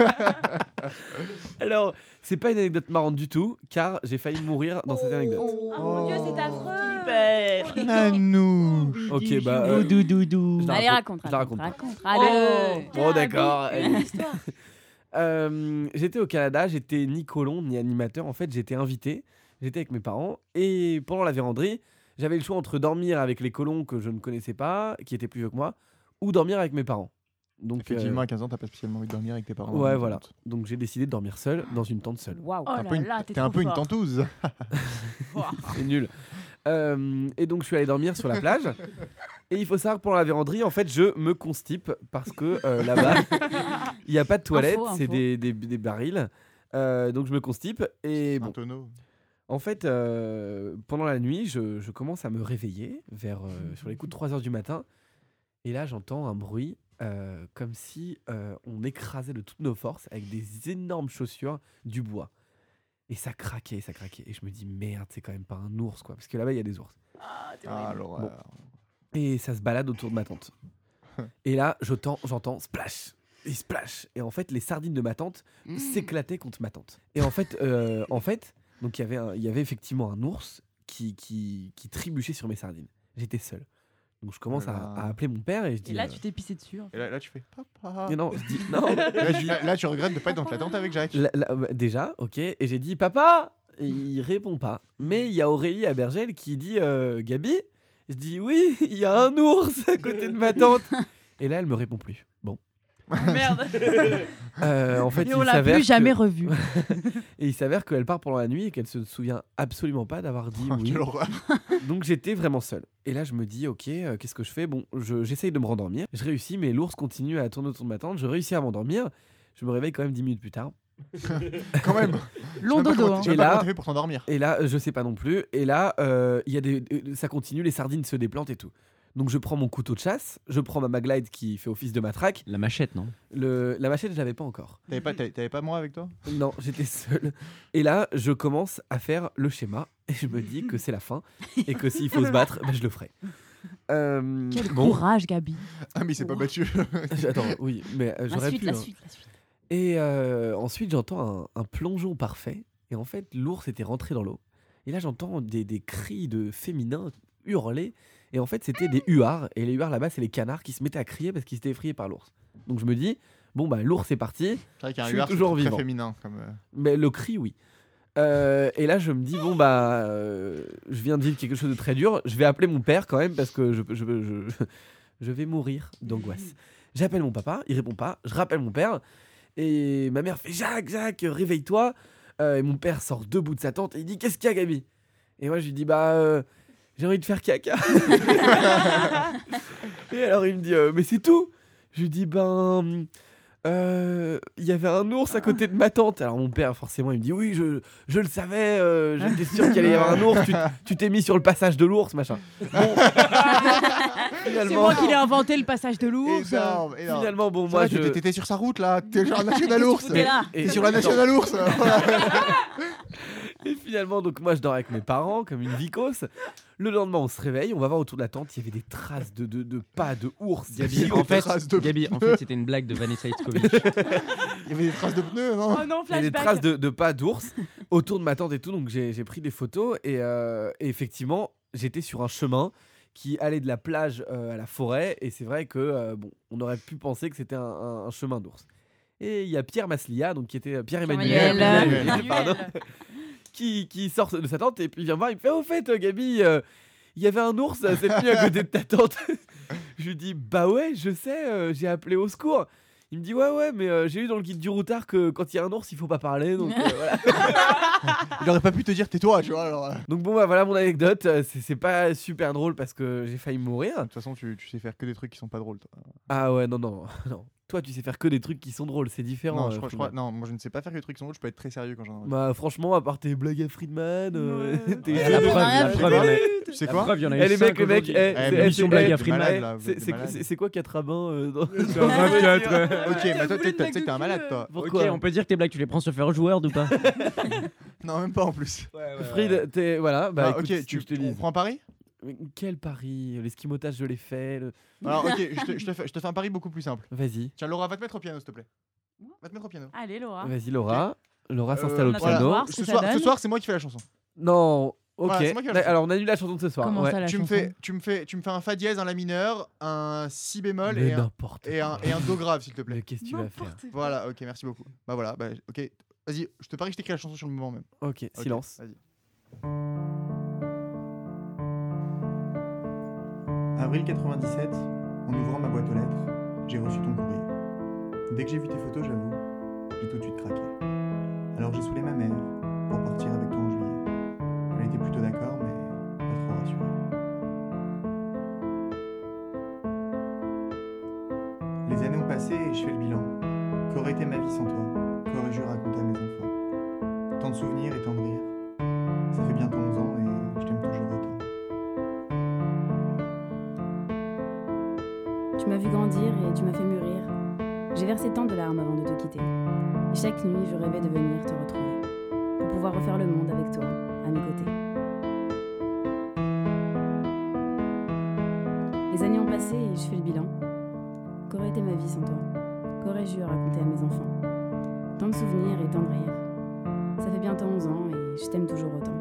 Alors, c'est pas une anecdote marrante du tout, car j'ai failli mourir dans cette anecdote. Oh mon Dieu, c'est affreux. Nanou. Ok, bah. Doudou. je la Allez, raconte. raconte. Je la raconte pas. Allez. Bon, d'accord. allez. L'histoire. J'étais au Canada, j'étais ni colon ni animateur. En fait, j'étais invité. J'étais avec mes parents. Et pendant la véranderie, j'avais le choix entre dormir avec les colons que je ne connaissais pas, qui étaient plus vieux que moi, ou dormir avec mes parents. Donc, Effectivement, à 15 ans, t'as pas spécialement envie de dormir avec tes parents. ouais, voilà. Donc, j'ai décidé de dormir seul dans une tente seule. Waouh. Oh là là, T'es un peu une tentouse. C'est nul. Et donc je suis allé dormir sur la plage. Et il faut savoir que pendant la véranderie, en fait, je me constipe parce que là-bas, il n'y a pas de toilette, Info. c'est des barils. Donc je me constipe. Et Un bon, tonneau. en fait, pendant la nuit, je commence à me réveiller vers sur les coups de 3h du matin. Et là, j'entends un bruit comme si on écrasait de toutes nos forces avec des énormes chaussures du bois. Et ça craquait, ça craquait. Et je me dis, merde, c'est quand même pas un ours, quoi. Parce que là-bas, il y a des ours. Ah, l'horreur. Et ça se balade autour de ma tente. Et là, j'entends splash. Et splash. Et en fait, les sardines de ma tante s'éclataient contre ma tente. Et en fait, donc il y avait effectivement un ours qui trébuchait sur mes sardines. J'étais seul. Donc je commence à appeler mon père et je dis. Et là, tu t'es pissé dessus. Et là, tu fais papa. Et non, je dis non. Là, tu regrettes de pas être dans la tente avec Jacques. Déjà, ok. Et j'ai dit papa. Et il répond pas. Mais il y a Aurélie à Bergel qui dit Gabi. Je dis oui, il y a un ours à côté de ma tante. Et là, elle me répond plus. Bon. Merde. En fait, Et on il l'a s'avère plus jamais que- revu. Et il s'avère qu'elle part pendant la nuit et qu'elle se souvient absolument pas d'avoir dit oui. Quelle horreur. Donc j'étais vraiment seul. Et là, je me dis, ok, qu'est-ce que je fais? Bon, j'essaye de me rendormir. Je réussis, mais l'ours continue à tourner autour de ma tente. Je réussis à m'endormir. Je me réveille quand même 10 minutes plus tard. Quand même. Long dodo. Hein. Tu sais Et pas là- comment t'as fait pour t'endormir. Et là, je sais pas non plus. Et là, il y a ça continue, les sardines se déplantent et tout. Donc je prends mon couteau de chasse, je prends ma Maglite qui fait office de matraque. La machette, non? La machette, je l'avais pas encore. T'avais pas moi avec toi? Non, j'étais seul. Et là, je commence à faire le schéma et je me dis que c'est la fin et que s'il faut se battre, bah, je le ferai. Quel bon, courage, Gabi. Ah, mais il s'est pas battu. attends, oui, mais La j'aurais suite, pu. la hein. suite, la suite. Et ensuite, j'entends un plongeon parfait. Et en fait, l'ours était rentré dans l'eau. Et là, j'entends des cris de féminins hurler. Et en fait, c'était des huards. Et les huards, là-bas, c'est les canards qui se mettaient à crier parce qu'ils étaient effrayés par l'ours. Donc je me dis, bon, bah, l'ours est parti. C'est vrai qu'un Je suis huard, c'est toujours très vivant. féminin. Comme, Mais le cri, oui. Et là, je me dis, bon, bah, je viens de vivre quelque chose de très dur. Je vais appeler mon père quand même parce que je vais mourir d'angoisse. J'appelle mon papa, il répond pas. Je rappelle mon père. Et ma mère fait Jacques, réveille-toi. Et mon père sort debout de sa tente et il dit qu'est-ce qu'il y a, Gabi? Et moi, je lui dis bah, j'ai envie de faire caca. Et alors, il me dit mais c'est tout. Je lui dis ben. Il y avait un ours à côté de ma tante. Alors mon père forcément il me dit oui je le savais, j'étais sûr qu'il allait y avoir un ours, tu t'es mis sur le passage de l'ours machin. Bon, C'est finalement, moi qui l'ai inventé, le passage de l'ours. énorme, énorme. finalement bon Ça va, moi je t'étais sur sa route là. T'es sur la nationale ours. T'es là. et, T'es sur la nationale ours. et finalement donc moi je dors avec mes parents comme une vicose. Le lendemain on se réveille, on va voir autour de la tente, il y avait des traces de pas de ours. Gabi, Des en fait, traces de Gabi, en fait, c'était une blague de Vanessa Itzkovic. Il y avait des traces de pneus, non? Oh non, Il y a des flashback. traces de pas d'ours autour de ma tente et tout, donc j'ai pris des photos et effectivement j'étais sur un chemin qui allait de la plage à la forêt et c'est vrai que bon, on aurait pu penser que c'était un chemin d'ours. Et il y a Pierre Maslia, donc qui était Pierre-Emmanuel. Pierre-Emmanuel, pardon, qui sort de sa tente et puis il vient me voir, il me fait au fait Gabi, il y avait un ours cette nuit à côté de ta tente. Je lui dis bah ouais je sais, j'ai appelé au secours. Il me dit ouais mais j'ai lu dans le guide du routard que quand il y a un ours il faut pas parler donc voilà. Il aurait pas pu te dire tais-toi, tu vois. Alors, Donc bon bah voilà mon anecdote, c'est pas super drôle parce que j'ai failli mourir. de toute façon, tu sais faire que des trucs qui sont pas drôles, toi. Ah ouais non. Toi tu sais faire que des trucs qui sont drôles, c'est différent. Non, je crois, non, moi je ne sais pas faire que des trucs qui sont drôles, je peux être très sérieux quand j'en ai. Bah franchement à part tes blagues à Friedman, tes- La preuve, la preuve, il y en a- Tu sais la quoi preuve, il y en a eu Eh les mecs, 5 aujourd'hui. L'émission Blague à Friedman. malade, là, vous êtes c'est malade. c'est quoi 4 rabins dans... Ok, bah toi, tu sais que t'es un malade, toi. Pourquoi Ok, on peut dire que tes blagues, tu les prends sur Fair Word ou pas? Non, même pas en plus. Fried, t'es voilà, bah Ah, écoute, ok, si je te on dis. prend un pari. Mais quel pari, l'esquimotage je l'ai fait. Alors, ok, je te fais un pari beaucoup plus simple. Vas-y, Tiens, Laura, va te mettre au piano, s'il te plaît. Va te mettre au piano. Allez, Laura. vas-y Laura. Laura s'installe au on attend piano. de voir. ce que ça Ce donne. soir, c'est moi qui fais la chanson. Non, ok. Voilà, c'est moi qui vais la Alors on annule la chanson de ce soir. Comment ouais. ça, la Tu me chanson fais un fa dièse, un la mineur, un si bémol Mais et n'importe un do grave, s'il te Mais plaît. qu'est-ce que tu vas faire? Voilà, ok, merci beaucoup. Bah voilà, bah ok. Vas-y, je te parie que je t'écris la chanson sur le moment même. Ok, Ok, silence. Vas-y. Avril 97, en ouvrant ma boîte aux lettres, j'ai reçu ton courrier. Dès que j'ai vu tes photos, j'avoue, j'ai tout de suite craqué. Alors j'ai saoulé ma mère pour partir avec toi en juillet. Elle était plutôt d'accord, mais pas trop rassurée. Les années ont passé et je fais le bilan. Qu'aurait été ma vie sans toi? Qu'aurais-je raconté à mes enfants? Tant de souvenirs et tant de rires. Ça fait bientôt 11 ans et je t'aime toujours autant. Tu m'as vu grandir et tu m'as fait mûrir. J'ai versé tant de larmes avant de te quitter. Et chaque nuit, je rêvais de venir te retrouver. Pour pouvoir refaire le monde avec toi, à mes côtés. Les années ont passé et je fais le bilan. Qu'aurait été ma vie sans toi? Qu'aurais-je eu à raconter à mes enfants? Tant de souvenirs et tant de rires. Ça fait bientôt 11 ans et je t'aime toujours autant.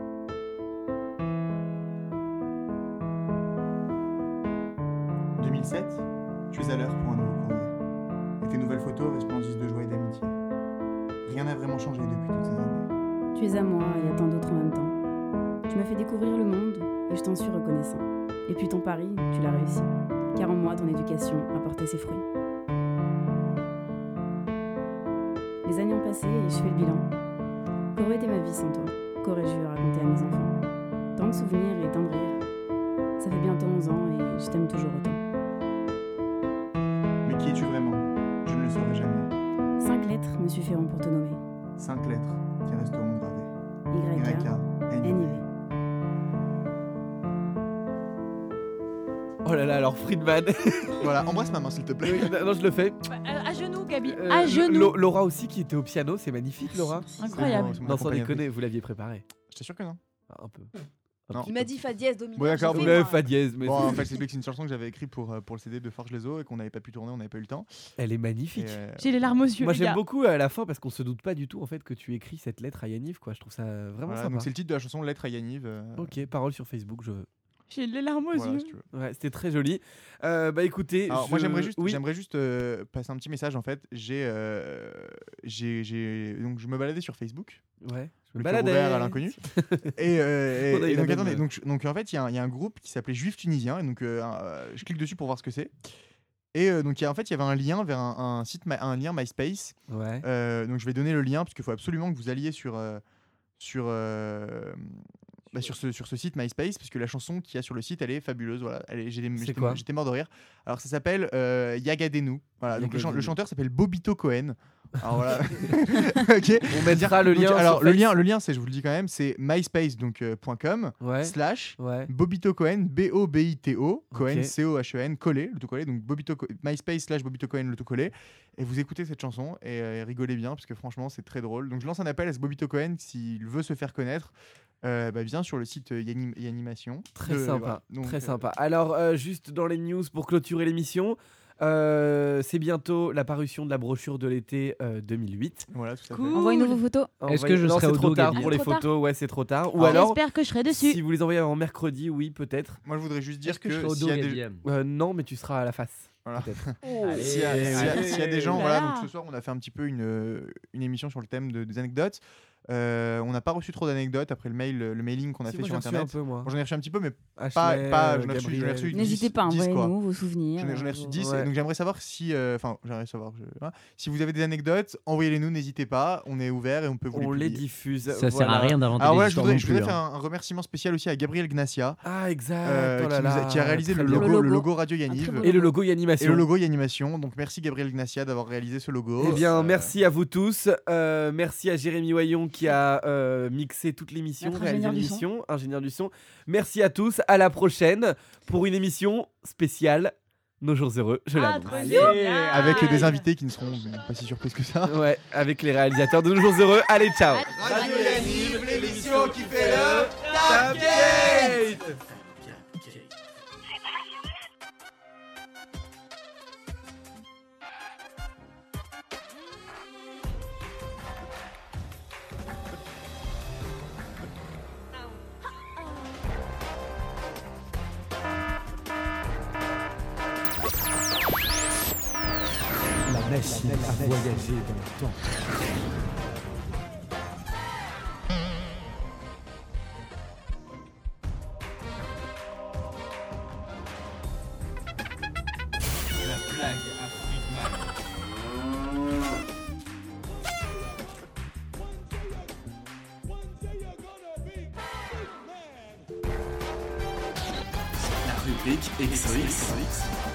En 2007, tu es à l'heure pour un nouveau courrier. Et tes nouvelles photos resplendissent de joie et d'amitié. Rien n'a vraiment changé depuis toutes ces années. Tu es à moi et à tant d'autres en même temps. Tu m'as fait découvrir le monde et je t'en suis reconnaissant. Et puis ton pari, tu l'as réussi. Car en moi, ton éducation a porté ses fruits. Les années ont passé et je fais le bilan. Qu'aurait été ma vie sans toi? Qu'aurais-je eu à raconter à mes enfants? Tant de souvenirs et tant de rires. Ça fait bientôt 11 ans et je t'aime toujours autant. Mais qui es-tu vraiment? Je ne le saurai jamais. 5 lettres me suffiront pour te nommer. 5 lettres qui resteront gravées. Y-A-N-I-V. Y-A-N-I-V. Oh là là, alors Friedman. Voilà, embrasse ma main s'il te plaît. Non, je le fais. À genoux, Gabi. À genoux. Laura aussi qui était au piano, c'est magnifique Laura. Incroyable. C'est mon Non, sans accompagnatrice. déconner, vous l'aviez préparé. Je t'assure que non. Un peu. Non. Il m'a dit fa dièse dominant. Bon, d'accord, j'ai fait, bon, moi. Fa dièse, mais Bon, en c'est- fait, c'est une chanson que j'avais écrite pour le CD de Forge les Eaux et qu'on n'avait pas pu tourner, on n'avait pas eu le temps. elle est Et, magnifique. J'ai les larmes aux yeux. Moi les j'aime gars. beaucoup à la fin parce qu'on se doute pas du tout en fait que tu écris cette lettre à Yaniv quoi. Je trouve ça vraiment voilà, sympa. donc c'est le titre de la chanson Lettre à Yaniv. Ok, parole sur Facebook, je veux. J'ai les larmes aux Voilà, yeux. si tu veux. Ouais, c'était très joli. Bah écoutez, Alors, moi j'aimerais Oui. juste passer un petit message en fait. Donc je me baladais sur Facebook. Ouais. Je Le me cœur baladais ouvert à l'inconnu. et On a eu et la donc, même- attendez, donc en fait il y a un groupe qui s'appelait Juifs Tunisiens et donc je clique dessus pour voir ce que c'est. Et donc il y avait un lien vers un site, un lien MySpace. Ouais. Donc je vais donner le lien parce qu'il faut absolument que vous alliez sur ce site MySpace parce que la chanson qu'il y a sur le site elle est fabuleuse. Voilà, C'est quoi j'étais mort de rire. Alors ça s'appelle Yagadenu. Voilà, donc le Yagadenu. chanteur s'appelle Bobito Cohen. Alors voilà. Ok. On mettra le Donc, lien. alors sur le Face. lien c'est, je vous le dis quand même, c'est myspace.com Ouais. / Ouais. Bobito Cohen, Bobito Cohen, Ok. Cohen, collé, le tout collé, donc MySpace / Bobito Cohen, le tout collé, et vous écoutez cette chanson et rigolez bien parce que franchement c'est très drôle. Donc je lance un appel à ce Bobito Cohen s'il veut se faire connaître, viens sur le site Yanimation. Très sympa. Voilà. Donc, Très sympa. Alors juste dans les news pour clôturer l'émission. C'est bientôt la parution de la brochure de l'été 2008. Voilà, tout à fait. Cool. Envoie une nouvelle photo. Est-ce que je non, serai c'est au trop dos, tard Gabi pour les Trop tard. photos, ouais, c'est trop tard. Ou Ah, alors, J'espère que je serai dessus. si vous les envoyez avant mercredi, oui, peut-être. Moi je voudrais juste dire Est-ce que je serai au s'il dos, y a des- Gabi? Non, mais tu seras à la face. Voilà. Peut-être. S'il y a des gens, Oh voilà, là là. donc ce soir on a fait un petit peu une émission sur le thème des anecdotes. On n'a pas reçu trop d'anecdotes après le mailing qu'on a Si, fait moi, sur j'en ai reçu internet. un peu, moi. Bon, j'en ai reçu un petit peu, mais Ashley, j'en ai Gabriel. reçu 10, N'hésitez pas, 10, quoi. envoyez-nous vos souvenirs. J'en ai reçu 10, Ouais. et donc j'aimerais savoir si, si vous avez des anecdotes, envoyez-les-nous, n'hésitez pas, on est ouvert et on peut vous On les les publier. diffuse. Ça sert à rien d'inventer Alors des voilà, je histoires voudrais non plus, faire hein. un remerciement spécial aussi à Gabriel Gnacia, Ah, exact. Oh là là, qui a réalisé très le bien. logo Radio Yaniv très beau Et le logo Yanimation. et le logo Yanimation. Donc merci Gabriel Gnacia d'avoir réalisé ce logo. Eh bien, merci à vous tous. Merci à Jérémy Wayon qui a mixé toute l'émission, Notre réalisé ingénieur du l'émission, ingénieur du son. Merci à tous. À la prochaine pour une émission spéciale Nos jours heureux. Je l'annonce. trop Allez. génial. Avec des invités qui ne seront pas si surprises que ça. Ouais, avec les réalisateurs de Nos jours heureux. Allez, ciao. Radio Yaniv, l'émission qui fait le Tapgate. La machine à voyager dans le temps. La blague à Friedman. La rubrique XOX.